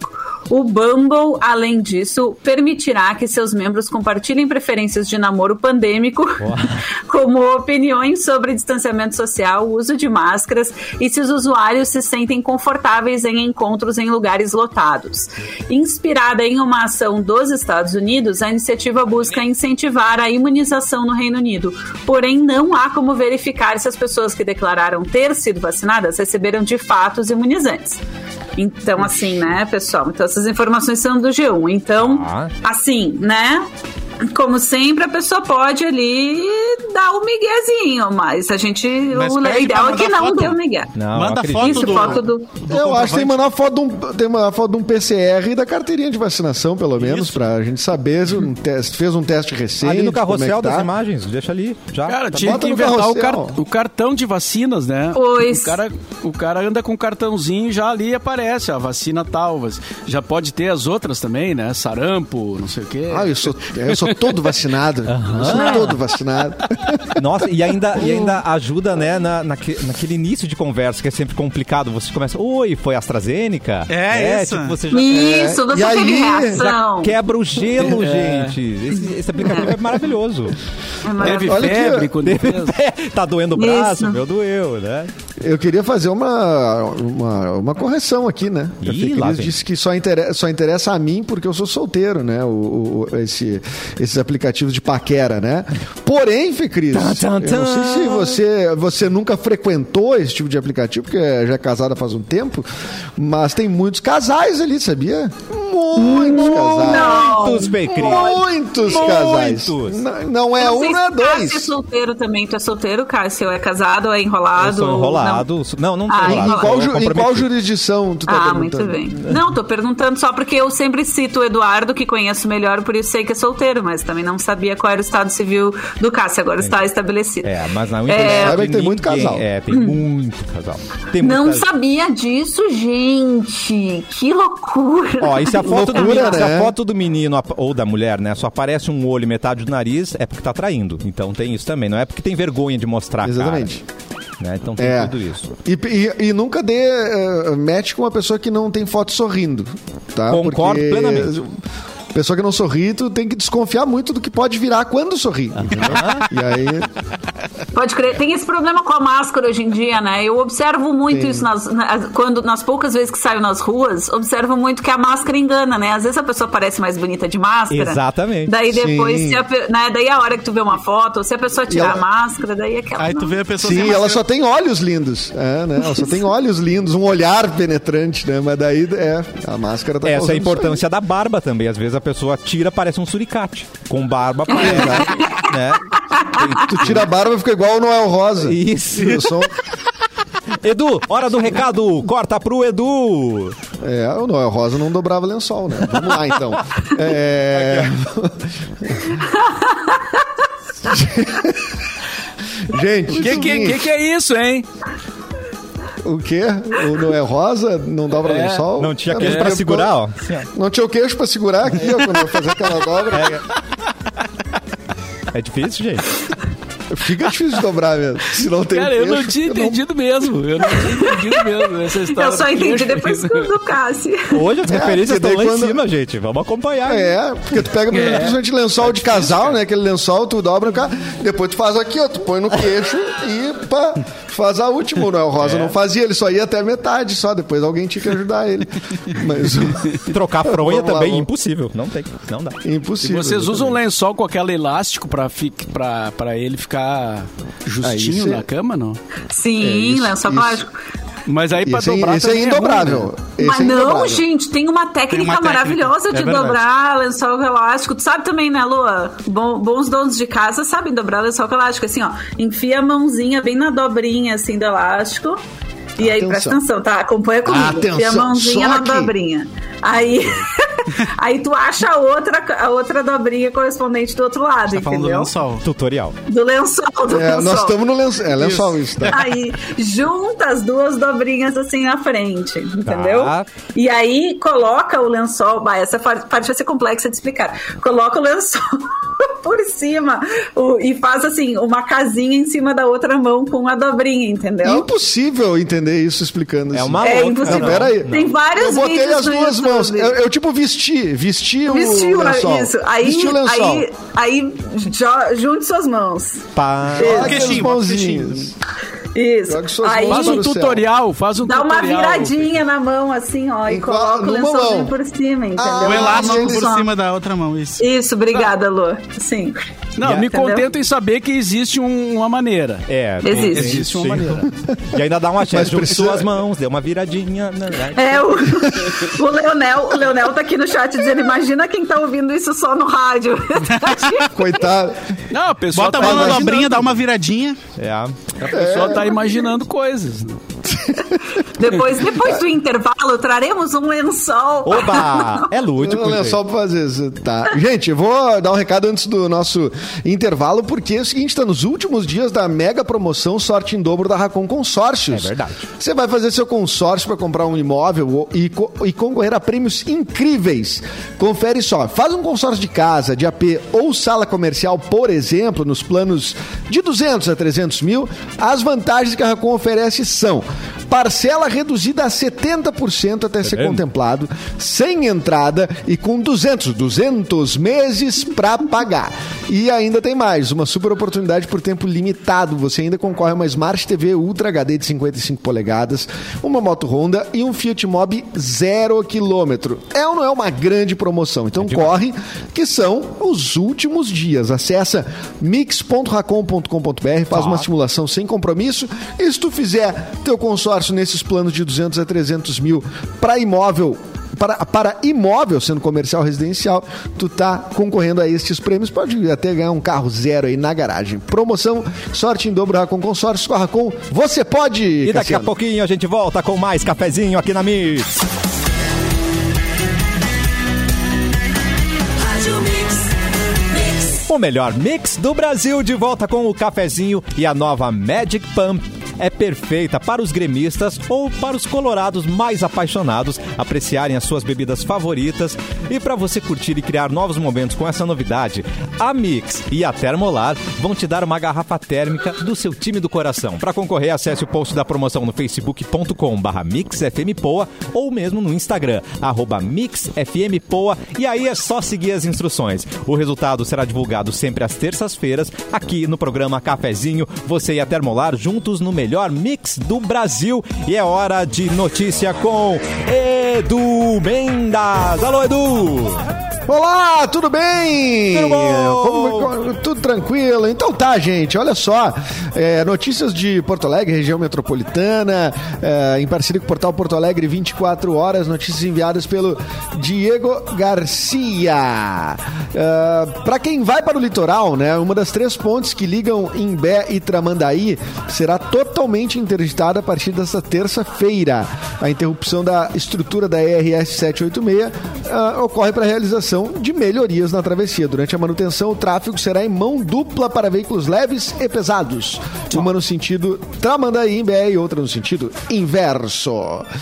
O Bumble, além disso, permitirá que seus membros compartilhem preferências de namoro pandêmico, como opiniões sobre distanciamento social, uso de máscaras e se os usuários se sentem confortáveis em encontros em lugares lotados. Inspirada em uma ação dos Estados Unidos, a iniciativa busca incentivar a imunização no Reino Unido. Porém, não há como verificar se as pessoas que declararam ter sido vacinadas receberam de fato os imunizantes. Então, assim, né, pessoal? Então, essas informações são do G um. Então, ah. assim, né? Como sempre, a pessoa pode ali dar o um miguezinho, mas a gente. Mas o ideal é que não foto. dê o um migué. Não, manda foto, Isso, do, foto do. do Eu acho que tem que mandar foto de um, tem uma foto de um P C R e da carteirinha de vacinação, pelo menos, Isso. pra gente saber se um teste, fez um teste recente. Ali no carrossel é das tá. imagens, deixa ali. Já. Cara, tá tinha que inventar o, car o cartão de vacinas, né? Pois. O cara, o cara anda com um cartãozinho e já ali aparece a vacina tal. Já pode ter as outras também, né? Sarampo, não sei o quê. Ah, eu sou, eu sou todo vacinado. Uhum. Eu sou todo vacinado. Nossa, e ainda, e ainda ajuda, né, na, naque, naquele início de conversa que é sempre complicado. Você começa, oi, foi AstraZeneca? É, é isso. Tipo, você já, isso, você é, teve reação. Já quebra o gelo, é. gente. Esse, esse aplicativo é maravilhoso. É maravilhoso. Teve febre quando teve. Tá doendo o braço, isso. meu, doeu, né? Eu queria fazer uma, uma, uma correção aqui, né? Ih, Eles disse que só interessa, só interessa a mim porque eu sou solteiro, né? O, o, esse, esses aplicativos de paquera, né? Porém, Fê Cris, eu não sei se você, você nunca frequentou esse tipo de aplicativo, porque já é casada faz um tempo, mas tem muitos casais ali, sabia? Muitos casais. Muitos, Fê Cris. Muitos casais. Não, não é um, não é dois. Cássio é solteiro também. Tu é solteiro, Cássio? É casado ou é enrolado? Eu sou enrolado. Não, não, não ah, tô enrolado. Em qual, em qual jurisdição tu tá ah, perguntando? Ah, muito bem. Não, tô perguntando só porque eu sempre cito o Eduardo, que conheço melhor, por isso sei que é solteiro, mas também não sabia qual era o estado civil do Cássio, agora é. está estabelecido. É, mas na é, sabe que tem muito casal. É, tem hum. muito casal. Tem muito não casal. sabia disso, gente. Que loucura. Ó, e se a foto, loucura, do, menino, né? se a foto do menino ou da mulher, né, só aparece um olho e metade do nariz, é porque tá traindo. Então tem isso também. Não é porque tem vergonha de mostrar. Exatamente. Cara. Né? Então tem é. tudo isso. E, e, e nunca dê uh, match com uma pessoa que não tem foto sorrindo. Tá? Concordo Porque plenamente. Pessoa que não sorri, tu tem que desconfiar muito do que pode virar quando sorri. Entendeu? E aí... Pode crer. Tem esse problema com a máscara hoje em dia, né? Eu observo muito Sim. isso nas, nas, quando, nas poucas vezes que saio nas ruas, observo muito que a máscara engana, né? Às vezes a pessoa parece mais bonita de máscara. Exatamente. Daí depois, se a, né? daí a hora que tu vê uma foto, ou se a pessoa tirar ela... a máscara, daí aquela... Aí tu vê a pessoa Sim, ela só tem olhos lindos. É, né? Ela só tem olhos lindos, um olhar penetrante, né? Mas daí, é, a máscara tá Essa é a importância da barba também. Às vezes a pessoa tira, parece um suricate. Com barba, parece, né? Tu tira a barba e fica igual o Noel Rosa. Isso. Som... Edu, hora do recado. Corta pro Edu. É, o Noel Rosa não dobrava lençol, né? Vamos lá, então. É... Gente, o que, que, que, que é isso, hein? O quê? O Noel Rosa não dobra é, lençol? Não tinha queixo é, pra segurar, ó. Não tinha o queixo pra segurar aqui, ó, quando eu fazer aquela dobra. É, é difícil, gente. Fica difícil de dobrar mesmo. Se não tem Cara, queixo, eu não tinha entendido não... mesmo. Eu não tinha entendido mesmo essa história. Eu só entendi depois do Cássio. Hoje as referências é, estão lá quando... em cima, gente. Vamos acompanhar. É, porque tu pega, por exemplo, é. principalmente lençol é de casal, cara. né? Aquele lençol, tu dobra no carro. Depois tu faz aqui, ó. Tu põe no queixo e pá, faz a última. O Noel Rosa é. não fazia, ele só ia até a metade só. Depois alguém tinha que ajudar ele. Mas trocar fronha também, lá, impossível. Não tem, não dá. Impossível. E vocês usam lençol com aquele elástico pra, fi... pra, pra ele ficar... justinho ah, na é... cama, não? Sim, é, lençol plástico. Mas aí pra esse dobrar esse é indobrável. É ruim, né? Mas é não, indobrável. gente, tem uma técnica, tem uma técnica. maravilhosa de é dobrar lençol elástico. Tu sabe também, né, Lua? Bom, bons donos de casa sabem dobrar lençol elástico. Assim, ó, enfia a mãozinha bem na dobrinha, assim, do elástico. E aí, atenção. Presta atenção, tá? Acompanha comigo. Atenção, enfia a mãozinha na aqui. dobrinha. Aí... Aí tu acha a outra, a outra dobrinha correspondente do outro lado, tá entendeu? Falando do lençol. Tutorial. Do lençol, do é, lençol. Nós estamos no lençol. É lençol isso, tá? Aí junta as duas dobrinhas assim na frente, entendeu? Tá. E aí coloca o lençol. Vai, essa parte vai ser complexa de explicar. Coloca o lençol por cima o, e faz assim, uma casinha em cima da outra mão com a dobrinha, entendeu? Impossível entender isso explicando é isso. Uma é outra, impossível. Não, pera aí. Tem vários Eu botei vídeos as duas no YouTube. lençol. Eu, eu tipo vesti, vesti o Vestiu, lençol. isso. Aí, Vesti o lençol. aí, aí jo- junte suas mãos. Pá. Olha Queixinho, aqueles bota o mãozinhos. Isso. Jogue suas Aí mãos Faz para um o céu. tutorial, faz um dá uma tutorial. viradinha na mão, assim, ó, e Em coloca qual- o numa lençolzinho mão. por cima, entendeu? Ah, O elástico eles por só. cima da outra mão, isso. Isso, obrigada, Lu. Sim. Não, me Entendeu? contento em saber que existe um- uma maneira. É, Existe. Existe uma sim. maneira. E ainda dá uma Mas chance. Junte precisa- suas mãos, deu uma viradinha. Né? É, o, o, Leonel, o Leonel tá aqui no chat dizendo, imagina quem tá ouvindo isso só no rádio. Coitado. Não, a pessoa Bota a tá mão na imaginando. dobrinha, dá uma viradinha. É. A pessoa tá imaginando coisas. depois, depois do intervalo, traremos um lençol. Oba! É lúdico. Olha gente. só pra fazer isso. Tá. Gente, eu vou dar um recado antes do nosso intervalo, porque é o seguinte, está nos últimos dias da mega promoção Sorte em Dobro da Racon Consórcios. É verdade. Você vai fazer seu consórcio para comprar um imóvel e, co- e concorrer a prêmios incríveis. Confere só. Faz um consórcio de casa, de A P ou sala comercial, por exemplo, nos planos de duzentos a trezentos mil. As vantagens que a Racon oferece são parcela reduzida a setenta por cento até ser vendo? contemplado, sem entrada e com duzentos, duzentos meses para pagar. E ainda tem mais, uma super oportunidade por tempo limitado. Você ainda concorre a uma Smart T V Ultra H D de cinquenta e cinco polegadas, uma moto Honda e um Fiat Mobi zero quilômetro. É ou não é uma grande promoção? Então corre, que são os últimos dias. Acessa mix ponto racon ponto com ponto b r, faz uma simulação sem compromisso. E se tu fizer teu consórcio nesses planos de duzentos a trezentos mil para imóvel, para, para imóvel, sendo comercial ou residencial, tu tá concorrendo a estes prêmios, pode até ganhar um carro zero aí na garagem. Promoção Sorte em Dobro Racon Consórcios com a Racon, você pode! E daqui Cassiano. a pouquinho a gente volta com mais cafezinho aqui na Mix. O melhor mix do Brasil, de volta com o cafezinho e a nova Magic Pump. É perfeita para os gremistas ou para os colorados mais apaixonados apreciarem as suas bebidas favoritas. E para você curtir e criar novos momentos com essa novidade, a Mix e a Termolar vão te dar uma garrafa térmica do seu time do coração. Para concorrer, acesse o post da promoção no facebook ponto com barra mixfmpoa ou mesmo no Instagram, arroba mixfmpoa, e aí é só seguir as instruções. O resultado será divulgado sempre às terças-feiras aqui no programa Cafezinho. Você e a Termolar juntos no melhor mix do Brasil. E é hora de notícia com Edu Mendas. Alô, Edu! Olá, tudo bem? Tudo bom? Como- como- tudo tranquilo? Então tá, gente, olha só. É, notícias de Porto Alegre, região metropolitana, é, em parceria com o portal Porto Alegre vinte e quatro horas, notícias enviadas pelo Diego Garcia. É, para quem vai para o litoral, né, uma das três pontes que ligam Imbé e Tramandaí será totalmente interditada a partir desta terça-feira. A interrupção da estrutura da E R S setecentos e oitenta e seis ah, ocorre para a realização de melhorias na travessia. Durante a manutenção, o tráfego será em mão dupla para veículos leves e pesados. Uma no sentido Tramandaí, Imbé, e outra no sentido inverso.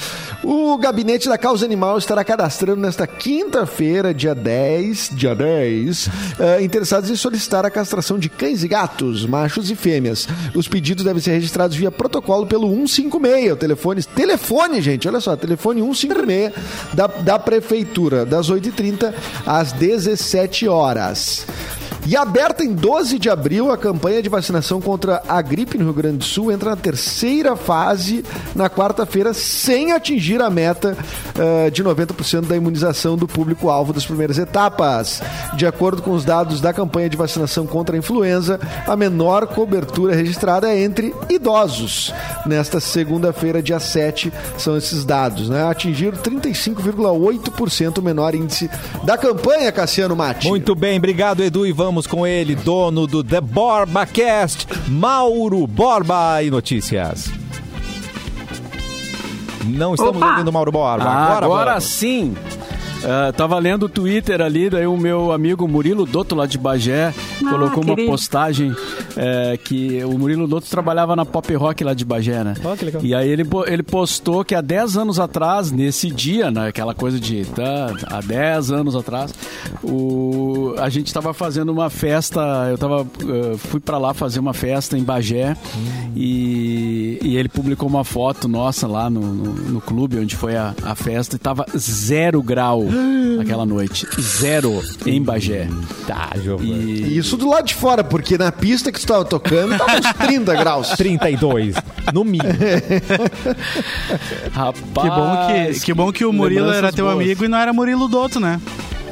O Gabinete da Causa Animal estará cadastrando nesta quinta-feira, dia dez, dia dez, eh, interessados em solicitar a castração de cães e gatos, machos e fêmeas. Os pedidos devem ser registrados via protocolo pelo cento e cinquenta e seis, o telefone, telefone, gente, olha só, telefone cento e cinquenta e seis da, da Prefeitura, das oito e trinta às dezessete horas. E aberta em doze de abril, a campanha de vacinação contra a gripe no Rio Grande do Sul entra na terceira fase na quarta-feira, sem atingir a meta uh, de noventa por cento da imunização do público-alvo das primeiras etapas. De acordo com os dados da campanha de vacinação contra a influenza, a menor cobertura registrada é entre idosos. Nesta segunda-feira, dia sete, são esses dados, né? Atingir trinta e cinco vírgula oito por cento o menor índice da campanha, Cassiano Matti. Muito bem, obrigado, Edu, e vamos com ele, dono do The Borba Cast, Mauro Borba, e notícias. Não estamos Opa! ouvindo Mauro Borba. Ah, Agora, agora vamos. sim. Uh, tava lendo o Twitter ali, daí o meu amigo Murilo Dotto, lá de Bagé, Ah, colocou uma querido. postagem é, que o Murilo Dotto trabalhava na Pop Rock lá de Bagé, né? Oh, que legal. E aí ele, ele postou que há dez anos atrás, nesse dia, né, aquela coisa de tá, há dez anos atrás, o, a gente estava fazendo uma festa, eu tava, uh, fui para lá fazer uma festa em Bagé hum. e, e ele publicou uma foto nossa lá no, no, no clube onde foi a, a festa e tava zero grau aquela noite. Zero em Bagé. Tá, Giovana. E... E isso do lado de fora, porque na pista que tu estava tocando tava uns trinta graus. trinta e dois, no mínimo. Rapaz, Que bom que, que, bom que o Murilo era teu boas. amigo e não era Murilo Dotto, né?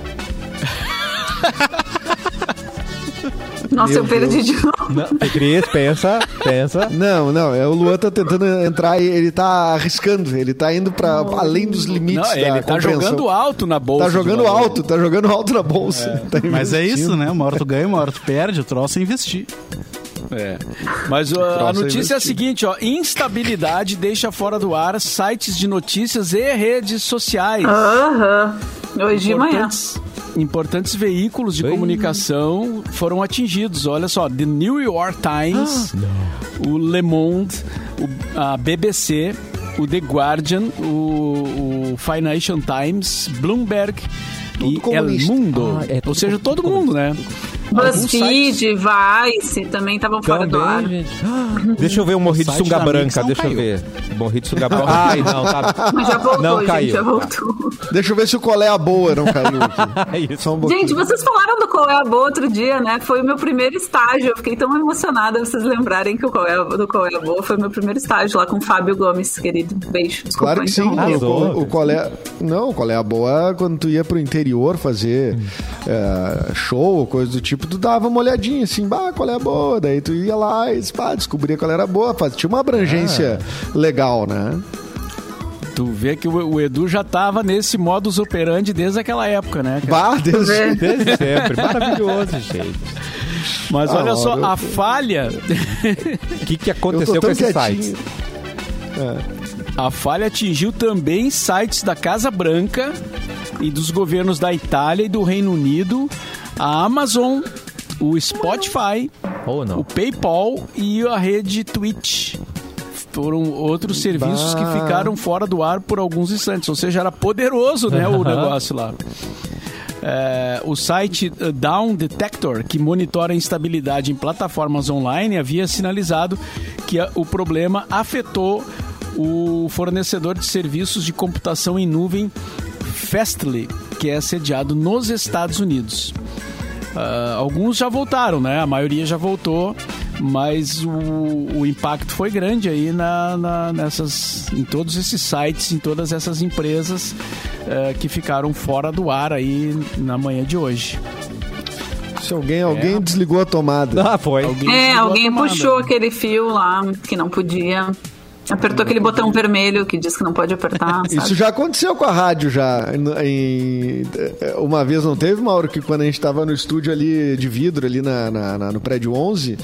Nossa, Meu eu perdi Deus. de novo. Não, Cris, pensa, pensa. Não, não, é o Luan tá tentando entrar e ele tá arriscando, ele tá indo pra além dos limites não, da ele tá compreensão. jogando alto na bolsa. Tá jogando de valor. alto, tá jogando alto na bolsa. Tá Mas é investindo. isso, né? Uma hora tu ganha, uma hora tu perde, o troço é investir. É. Mas uh, a Troço notícia é a investido. seguinte, ó, instabilidade deixa fora do ar sites de notícias e redes sociais. Aham. Hoje de manhã. Importantes, importantes veículos de Oi. comunicação foram atingidos. Olha só, The New York Times, o Le Monde, o, a B B C, o The Guardian, o, o Financial Times, Bloomberg e El comunista. Mundo. Ah, é tudo Ou seja, todo mundo, né? Alguns sites- BuzzFeed, Vice também estavam fora do ar. Também, gente. Ah, Deixa eu ver o Morri de site Sunga da Branca, Mix não deixa eu caiu. ver. Morri de Sunga Branca. Ai, não, tá. Mas já voltou, Não gente, caiu. já voltou. Deixa eu ver se o Qual é a Boa não caiu aqui. Isso. Só um pouquinho. Gente, vocês falaram do Qual é a Boa outro dia, né? Foi o meu primeiro estágio. Eu fiquei tão emocionada vocês lembrarem que o Qual é a, do Qual é a Boa foi o meu primeiro estágio lá com o Fábio Gomes, querido. Beijo. Desculpa, Claro que sim. então. Arrasou. O, o qual é, não, o qual é a boa quando tu ia pro interior fazer é, show ou coisa do tipo, tu dava uma olhadinha assim, bah, qual é a boa? Daí tu ia lá e pá, descobria qual era a boa. Faz, tinha uma abrangência legal, né? Tu vê que o, o Edu já tava nesse modus operandi desde aquela época, né, cara? Bah, Deus. É. Desde sempre. Maravilhoso, gente. Mas Ah, olha só, olha, eu- a falha... O que, que Eu aconteceu tô com tão esses quietinho. sites? A falha atingiu também sites da Casa Branca e dos governos da Itália e do Reino Unido, a Amazon, o Spotify, Ou o não? PayPal e a rede Twitch. Foram outros serviços Bah. que ficaram fora do ar por alguns instantes. Ou seja, era poderoso, né, o negócio lá. É, o site uh, Down Detector, que monitora a instabilidade em plataformas online, havia sinalizado que a, o problema afetou o fornecedor de serviços de computação em nuvem Fastly, que é sediado nos Estados Unidos. Uh, alguns já voltaram, né? A maioria já voltou, mas o, o impacto foi grande aí na, na, nessas, em todos esses sites, em todas essas empresas uh, que ficaram fora do ar aí na manhã de hoje. Se alguém, alguém É. desligou a tomada. Ah, foi. Alguém É, desligou a alguém tomada. puxou aquele fio lá que não podia. Apertou aquele botão vermelho que diz que não pode apertar, sabe? Isso já aconteceu com a rádio já. Em, uma vez não teve, Mauro, que quando a gente tava no estúdio ali de vidro, ali na, na- na- no prédio onze,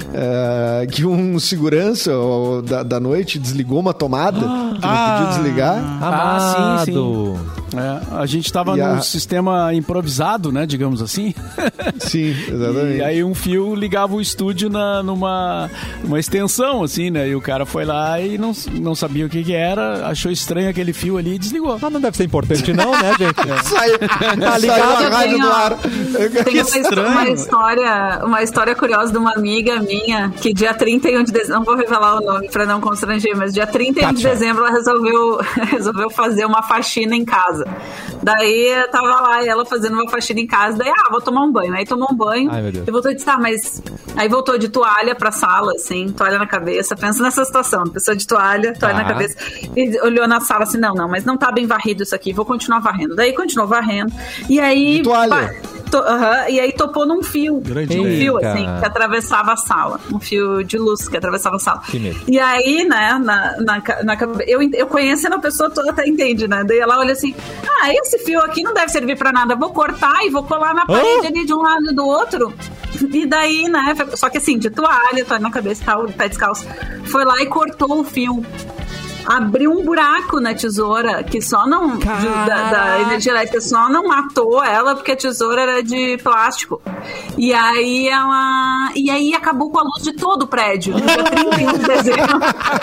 é, que um segurança ó, da, da noite desligou uma tomada que não podia desligar. Ah, sim, sim. Amado. É, a gente tava E num a- sistema improvisado, né, digamos assim. Sim, exatamente. E aí um fio ligava o estúdio na, numa uma extensão, assim, né? E o cara foi lá e não, não sabia o que que era, achou estranho aquele fio ali e desligou. Ah, não deve ser importante não, né, gente? Saiu, Tá saiu ligado? a rádio Tem, no ó, ar. Tem uma, estranho. uma história, uma história curiosa de uma amiga minha que dia trinta e um de dezembro, não vou revelar o nome pra não constranger, mas dia trinta e um de Kátia. dezembro ela resolveu, resolveu fazer uma faxina em casa. Daí eu tava lá e ela fazendo uma faxina em casa, daí, ah, vou tomar um banho. Aí tomou um banho Ai, meu Deus. e voltou e disse, tá, mas... Aí voltou de toalha pra sala, assim, toalha na cabeça. Pensa nessa situação, pessoa de toalha, toalha Tá. na cabeça. E olhou na sala assim, não, não, mas não tá bem varrido isso aqui, vou continuar varrendo. Daí continuou varrendo. E aí... De toalha. pá, To- aham, e aí topou num fio. Grande um ideia. fio, Eita. assim, que atravessava a sala. Um fio de luz que atravessava a sala. Que medo. E aí, né, na, na, ca- na cabe- eu, eu conhecendo a pessoa toda até entende, né? Daí ela olha assim, ah, esse fio aqui não deve servir pra nada. Vou cortar e vou colar na parede ali de um lado e do outro. E daí, né, só que assim, de toalha, toalha na cabeça, tal, pé descalço. Foi lá e cortou o fio. abriu um buraco na tesoura que só não... de- da, da energia elétrica só não matou ela porque a tesoura era de plástico. E aí ela... E aí acabou com a luz de todo o prédio. No dia trinta e um de dezembro.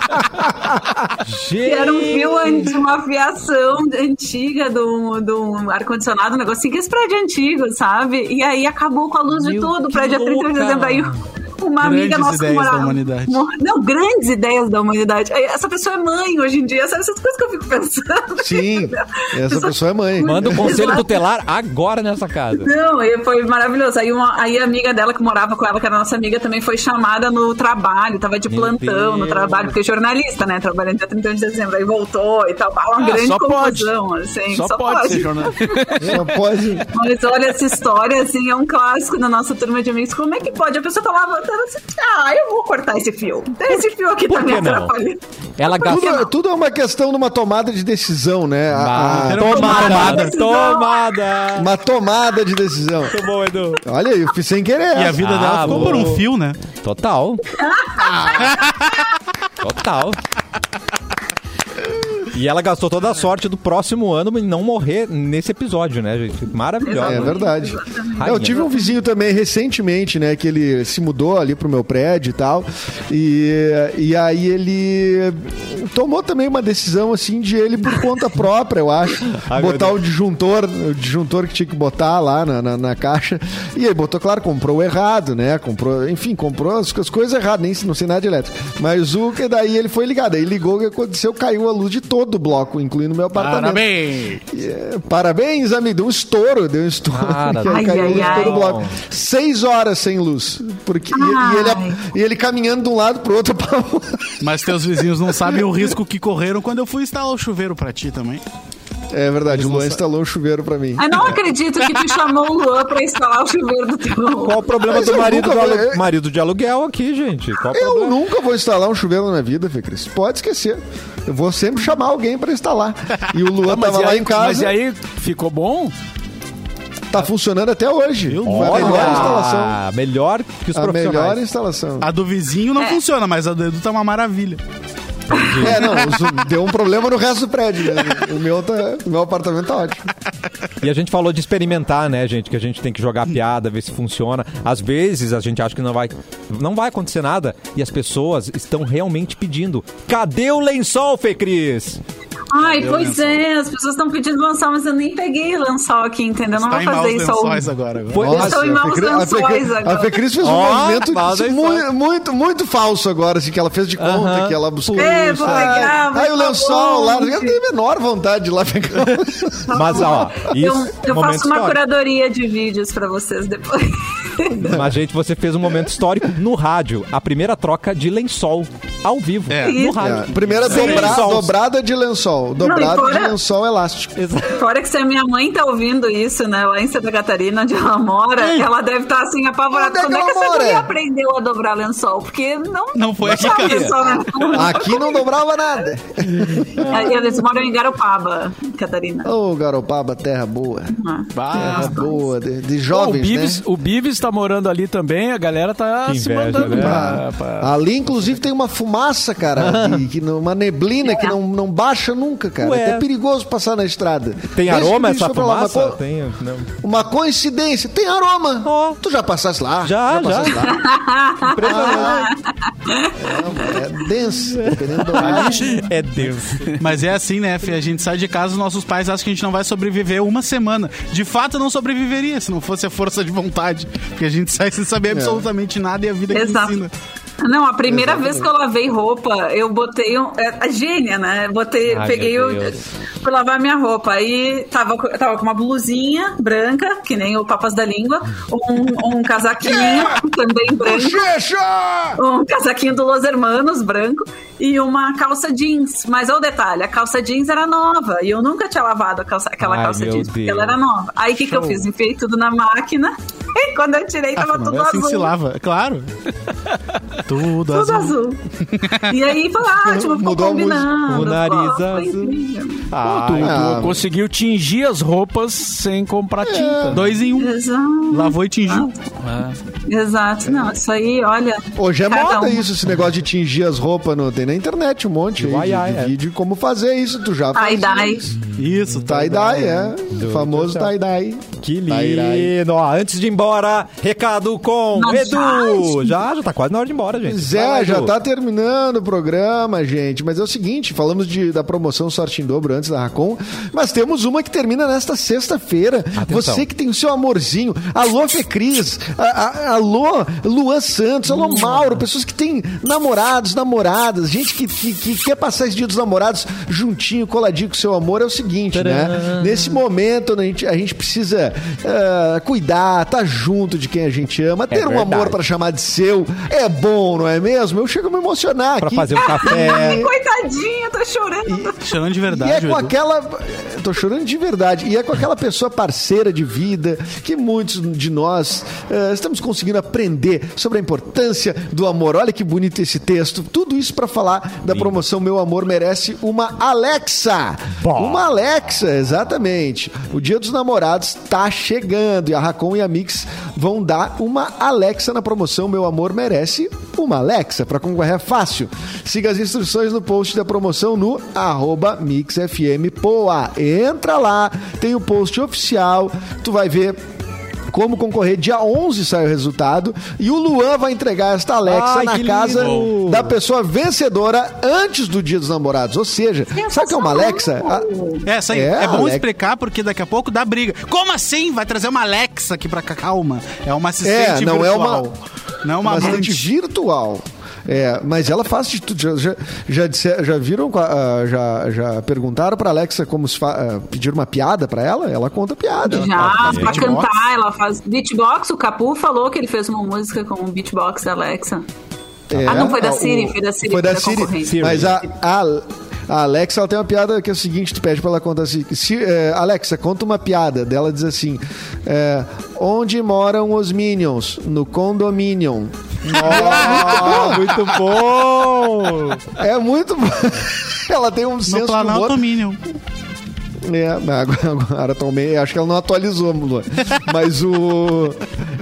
Que era um fio an- de uma fiação antiga do, do ar-condicionado, um negocinho que esse prédio é antigo, sabe? E aí acabou com a luz de Meu, todo o que prédio dia trinta e um de dezembro. Aí uma Grandes amiga nossa que ideias da morava... humanidade. Não, grandes ideias da humanidade. Aí, essa pessoa é mãe hoje em dia, sabe? Essas coisas que eu fico pensando. Sim, essa pessoa é mãe. Manda um conselho tutelar agora nessa casa. Não, e foi maravilhoso. Aí, uma, aí a amiga dela que morava com ela, que era nossa amiga, também foi chamada no trabalho, tava de Meu plantão no Deus. trabalho, porque é jornalista, né? Trabalhando dia trinta e um de dezembro, aí voltou e tal. Uma Ah, grande só pode. confusão, assim. Só, pode, ser jornalista. Só pode. Mas olha, essa história, assim, é um clássico da nossa turma de amigos. Como é que pode? A pessoa falava, tava assim, ah, eu vou cortar esse fio. Esse fio aqui tá Por me que não? atrapalhando. Ela gastou. Tudo, tudo é uma questão de uma tomada de decisão, né? A- a- Tomada, tomada. tomada. uma tomada de decisão. Muito bom, Edu. Olha aí, eu fiz sem querer. E a essa. vida Ah, dela ficou boa. por um fio, né? Total. Total. E ela gastou toda a sorte do próximo ano em não morrer nesse episódio, né, gente? Maravilhosa. É verdade. Rainha. Eu tive um vizinho também recentemente, né, que ele se mudou ali pro meu prédio e tal, e, e aí ele tomou também uma decisão, assim, de ele por conta própria, eu acho, Ai, meu botar Deus. o disjuntor, o disjuntor que tinha que botar lá na, na, na caixa, e aí botou, claro, comprou o errado, né, comprou, enfim, comprou as, as coisas erradas, nem não sei nada de elétrico, mas o que daí ele foi ligado, aí ligou, o que aconteceu, caiu a luz de todo o bloco, incluindo o meu apartamento. Parabéns! É, parabéns, amigo. Deu um estouro, deu um estouro. Parabéns. Que aí caiu Ai, a luz ai, todo o ai. bloco. Seis horas sem luz. Porque, e, e ele, Ai. e ele caminhando de um lado pro outro. Pra... Mas teus vizinhos não sabem o risco que correram quando eu fui instalar o chuveiro pra ti também. É verdade, Eles o não Luan sa- instalou um chuveiro pra mim. Eu não acredito que tu chamou o Luan pra instalar o chuveiro do teu... Qual o problema Mas do eu marido, nunca do alu- vou- marido de aluguel aqui, gente? Qual o Eu problema? nunca vou instalar um chuveiro na minha vida, Fê Cris. Pode esquecer. Eu vou sempre chamar alguém pra instalar. E o Luan Ah, mas tava e lá aí- em casa. Mas e aí, ficou bom? Tá funcionando até hoje. Foi a Olha, melhor instalação. melhor que os A profissionais. melhor instalação. A do vizinho não funciona, mas a do Edu tá uma maravilha. É, não, os- deu um problema no resto do prédio, né? O meu, tá, o meu apartamento tá ótimo. E a gente falou de experimentar, né, gente? Que a gente tem que jogar piada, ver se funciona. Às vezes a gente acha que não vai, não vai acontecer nada e as pessoas estão realmente pedindo. Cadê o lençol, Fê Cris? Ai, pois é, as pessoas estão pedindo lençol, mas eu nem peguei lençol aqui, entendeu? Não Tá vou em fazer maus isso. lençóis agora. agora. Foi- Eu estou em a maus Fê Cris- a Fê lençóis Cris- agora. A Fê Cris fez um Ó, movimento maus lençóis. muito, muito, muito falso agora, assim, que ela fez de conta, Aham. que ela buscou. É, vou pegar, Aí o mas tá lençol bom. lá, eu tenho a menor vontade de ir lá pegar o lençol. Mas, ó, isso Eu, eu momento faço uma histórico. curadoria de vídeos pra vocês depois. Mas, gente, você fez um momento histórico no rádio. A primeira troca de lençol ao vivo. É. No É, rádio. primeira Sem dobra- lençóis. dobrada de lençol. Dobrada fora- de lençol elástico. Fora que se a minha mãe tá ouvindo isso, né, lá em Santa Catarina, onde ela mora, ela deve estar assim apavorada. Onde é que Quando é que ela essa mora? guria aprendeu a dobrar lençol? Porque não, Não foi aqui, sabe cara. lençol, né? Aqui não dobrava nada. Aí Eles moram em Garopaba, Catarina. Ô, Garopaba, terra boa. Bah. Terra boa, de, de o, jovens, Bives, né? o Bives tá morando ali também, a galera tá Que se inveja, mandando né? pra, pra- Ali, inclusive, tem uma fumaça, cara, que, que não- uma neblina que não, não baixa nunca, cara. Ué. É até perigoso passar na estrada. Tem Desde aroma que o bicho essa foi pra lá, fumaça? Uma, co- Tem, não. uma coincidência. Tem aroma. Ó. Tu já passaste lá? Já, já. passaste lá? Impressionante. É, é denso, dependendo do horário. É Deus. Mas é assim, né, Fê? A gente sai de casa, os nossos pais acham que a gente não vai sobreviver uma semana. De fato, não sobreviveria se não fosse a força de vontade. Porque a gente sai sem saber absolutamente nada e a vida que Exato. ensina. Não, a primeira vez que eu lavei roupa, eu botei um. É, a gênia, né? Botei, Ai, peguei meu o. Deus. Fui lavar minha roupa. Aí tava, co- tava com uma blusinha branca, que nem o Papas da Língua, um, um casaquinho também branco. Bochecha! Um casaquinho do Los Hermanos, branco, e uma calça jeans. Mas olha o detalhe, a calça jeans era nova, e eu nunca tinha lavado a calça- aquela Ai, calça meu jeans, porque Deus. ela era nova. Aí o que, que eu fiz? Enfiei tudo na máquina, Quando eu tirei, tava Ah, tudo assim azul. se lava, claro. Tudo, Tudo azul. azul. E aí foi lá, tipo, ficou Mudou a música. combinando. O nariz Pô, foi azul. incrível. Ah, Tu, Ah. tu conseguiu tingir as roupas sem comprar tinta. Dois em um. Exato. Lavou e tingiu. Exato. Não, isso aí, olha. Hoje é cada moda um. isso, esse negócio de tingir as roupas. No, tem na internet um monte aí, Uai, de, ai, de é. vídeo como fazer isso. Tu já faz Tie-dye. isso. Isso, tá. Tie-dye, é. Do- O famoso do- tie-dye. que Tie-dye. lindo. Ó, antes de ir embora, recado com Não, Edu. Já, já tá quase na hora de ir embora, gente. Pois Vai lá, é, já Edu. tá terminando o programa, gente. Mas é o seguinte, falamos de, da promoção Sorte em Dobro antes da Racon, mas temos uma que termina nesta sexta-feira. Atenção. Você que tem o seu amorzinho. Alô, Fê Cris. A- a- Alô, Luan Santos. Alô, Mauro. Pessoas que têm namorados, namoradas. Gente que, que, que quer passar esse dia dos namorados juntinho, coladinho com o seu amor. É o seguinte, né? Nesse momento, a gente, a gente precisa ah, cuidar, tá junto de quem a gente ama, ter um verdade. amor pra chamar de seu. É bom, não é mesmo? Eu chego a me emocionar Pra aqui. fazer um café. Coitadinha, tô chorando. Chorando de E verdade, é com Edu. aquela. Tô chorando de verdade. E é com aquela pessoa parceira de vida que muitos de nós eh, estamos conseguindo aprender sobre a importância do amor. Olha que bonito esse texto. Tudo isso pra falar da promoção Meu Amor Merece uma Alexa. Bom. Uma Alexa, exatamente. O Dia dos Namorados tá chegando e a Racon e a Mix vão dar uma Alexa na promoção Meu Amor Merece uma Alexa. Pra concorrer é fácil. Siga as instruções no post da promoção no arroba MixFMPoa. Entra lá, tem o post oficial, tu vai ver como concorrer. Dia onze sai o resultado e o Luan vai entregar esta Alexa Ai, na que casa lindo. da pessoa vencedora antes do Dia dos Namorados. Ou seja, sabe o que é uma Alexa? A- É, essa aí, É, é, bom Alex. explicar porque daqui a pouco dá briga. Como assim? Vai trazer uma Alexa aqui pra cá? Calma. É uma É, assistente não é virtual. uma, Não é uma uma assistente amante. virtual. É, mas ela faz de tudo. Já, já, já, disser- já viram, ah, já, já perguntaram pra Alexa como se fa, ah, pedir uma piada pra ela? Ela conta piada. Já, pra beatbox? cantar, ela faz beatbox. O Capu falou que ele fez uma música com o beatbox da Alexa. É, Ah, não, foi da a- Siri, o- foi da Siri, Foi da foi da Siri. concorrente. Mas a, a, a Alexa, ela tem uma piada que é o seguinte, tu pede pra ela contar assim, se, é, Alexa, conta uma piada. Dela diz assim, é, onde moram os Minions? No condominium. Ah, muito bom! É muito bom. Ela tem um No senso de Planalto humor. Minion. É, agora, agora atualmente, acho que ela não atualizou, Luan. Mas o...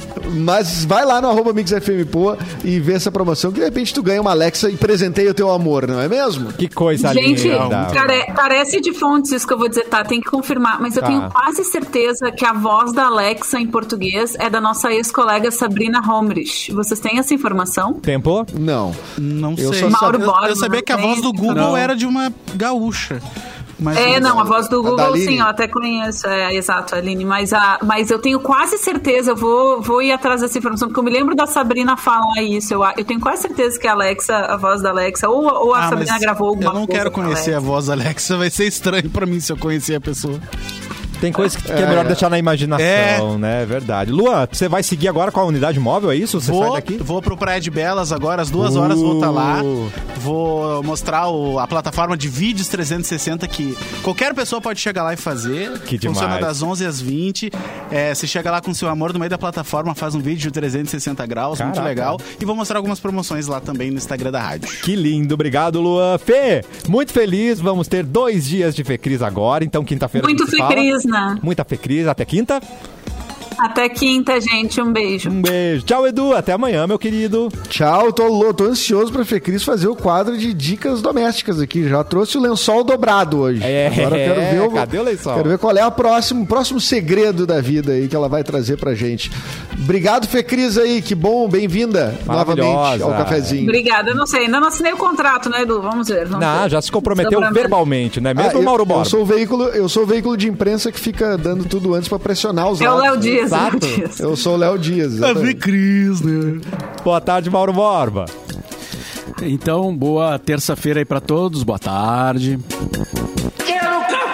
Mas vai lá no arroba MixFMPoa e vê essa promoção que de repente tu ganha uma Alexa e presenteia o teu amor, não é mesmo? Que coisa Gente, linda. care- parece de fontes isso que eu vou dizer, tá? Tem que confirmar. Mas eu Tá. tenho quase certeza que a voz da Alexa em português é da nossa ex-colega Sabrina Homrich. Vocês têm essa informação? Tempo? Não. Não Eu sei. só Mauro eu, Borba, eu sabia não que a tem voz do Google Não. era de uma gaúcha. Mas É, não, a voz do A Google, Daline. sim, eu até conheço, é, exato, Aline, mas, a, mas eu tenho quase certeza, eu vou, vou ir atrás dessa informação, porque eu me lembro da Sabrina falar isso, eu, eu tenho quase certeza que a Alexa, a voz da Alexa, ou, ou a Ah, Sabrina mas gravou alguma eu não coisa quero com a conhecer a Alexa. voz da Alexa, vai ser estranho pra mim se eu conhecer a pessoa. Tem coisa que, que é melhor deixar na imaginação, É. né? É verdade. Luan, você vai seguir agora com a unidade móvel, é isso? Você sai Vou, daqui? vou pro Praia de Belas agora, às duas horas vou estar lá. Uh. Vou mostrar o- a plataforma de vídeos trezentos e sessenta que qualquer pessoa pode chegar lá e fazer. Que demais. Funciona das onze às vinte. É, você chega lá com seu amor no meio da plataforma, faz um vídeo de trezentos e sessenta graus, Caraca. muito legal. E vou mostrar algumas promoções lá também no Instagram da rádio. Que lindo, obrigado, Luan. Fê, muito feliz, vamos ter dois dias de Fecris agora, então quinta-feira Muito a gente se Fecris, fala. né? Muita Fecris, até quinta. Até quinta, gente, um beijo. Um beijo. Tchau, Edu, até amanhã, meu querido. Tchau, tô, lou- tô ansioso pra Fecris fazer o quadro de dicas domésticas aqui. Já trouxe o lençol dobrado hoje. É, Agora eu quero ver o, cadê o lençol? Quero ver qual é o próximo, próximo segredo da vida aí que ela vai trazer pra gente. Obrigado, Fecris aí, que bom, bem-vinda novamente Maravilhosa. ao cafezinho. Obrigada, eu não sei, ainda não assinei o contrato, né, Edu? Vamos ver. Vamos Não, ver. já se comprometeu Desdobramento. verbalmente, né? Ah, Mesmo o eu, Mauro eu Borba. sou o veículo, eu sou o veículo de imprensa que fica dando tudo antes pra pressionar os É o lados. Léo Dias, Exato. Léo Dias. Eu sou o Léo Dias. exatamente. Cris, né? Boa tarde, Mauro Borba. Então, boa terça-feira aí pra todos, boa tarde. Quero café!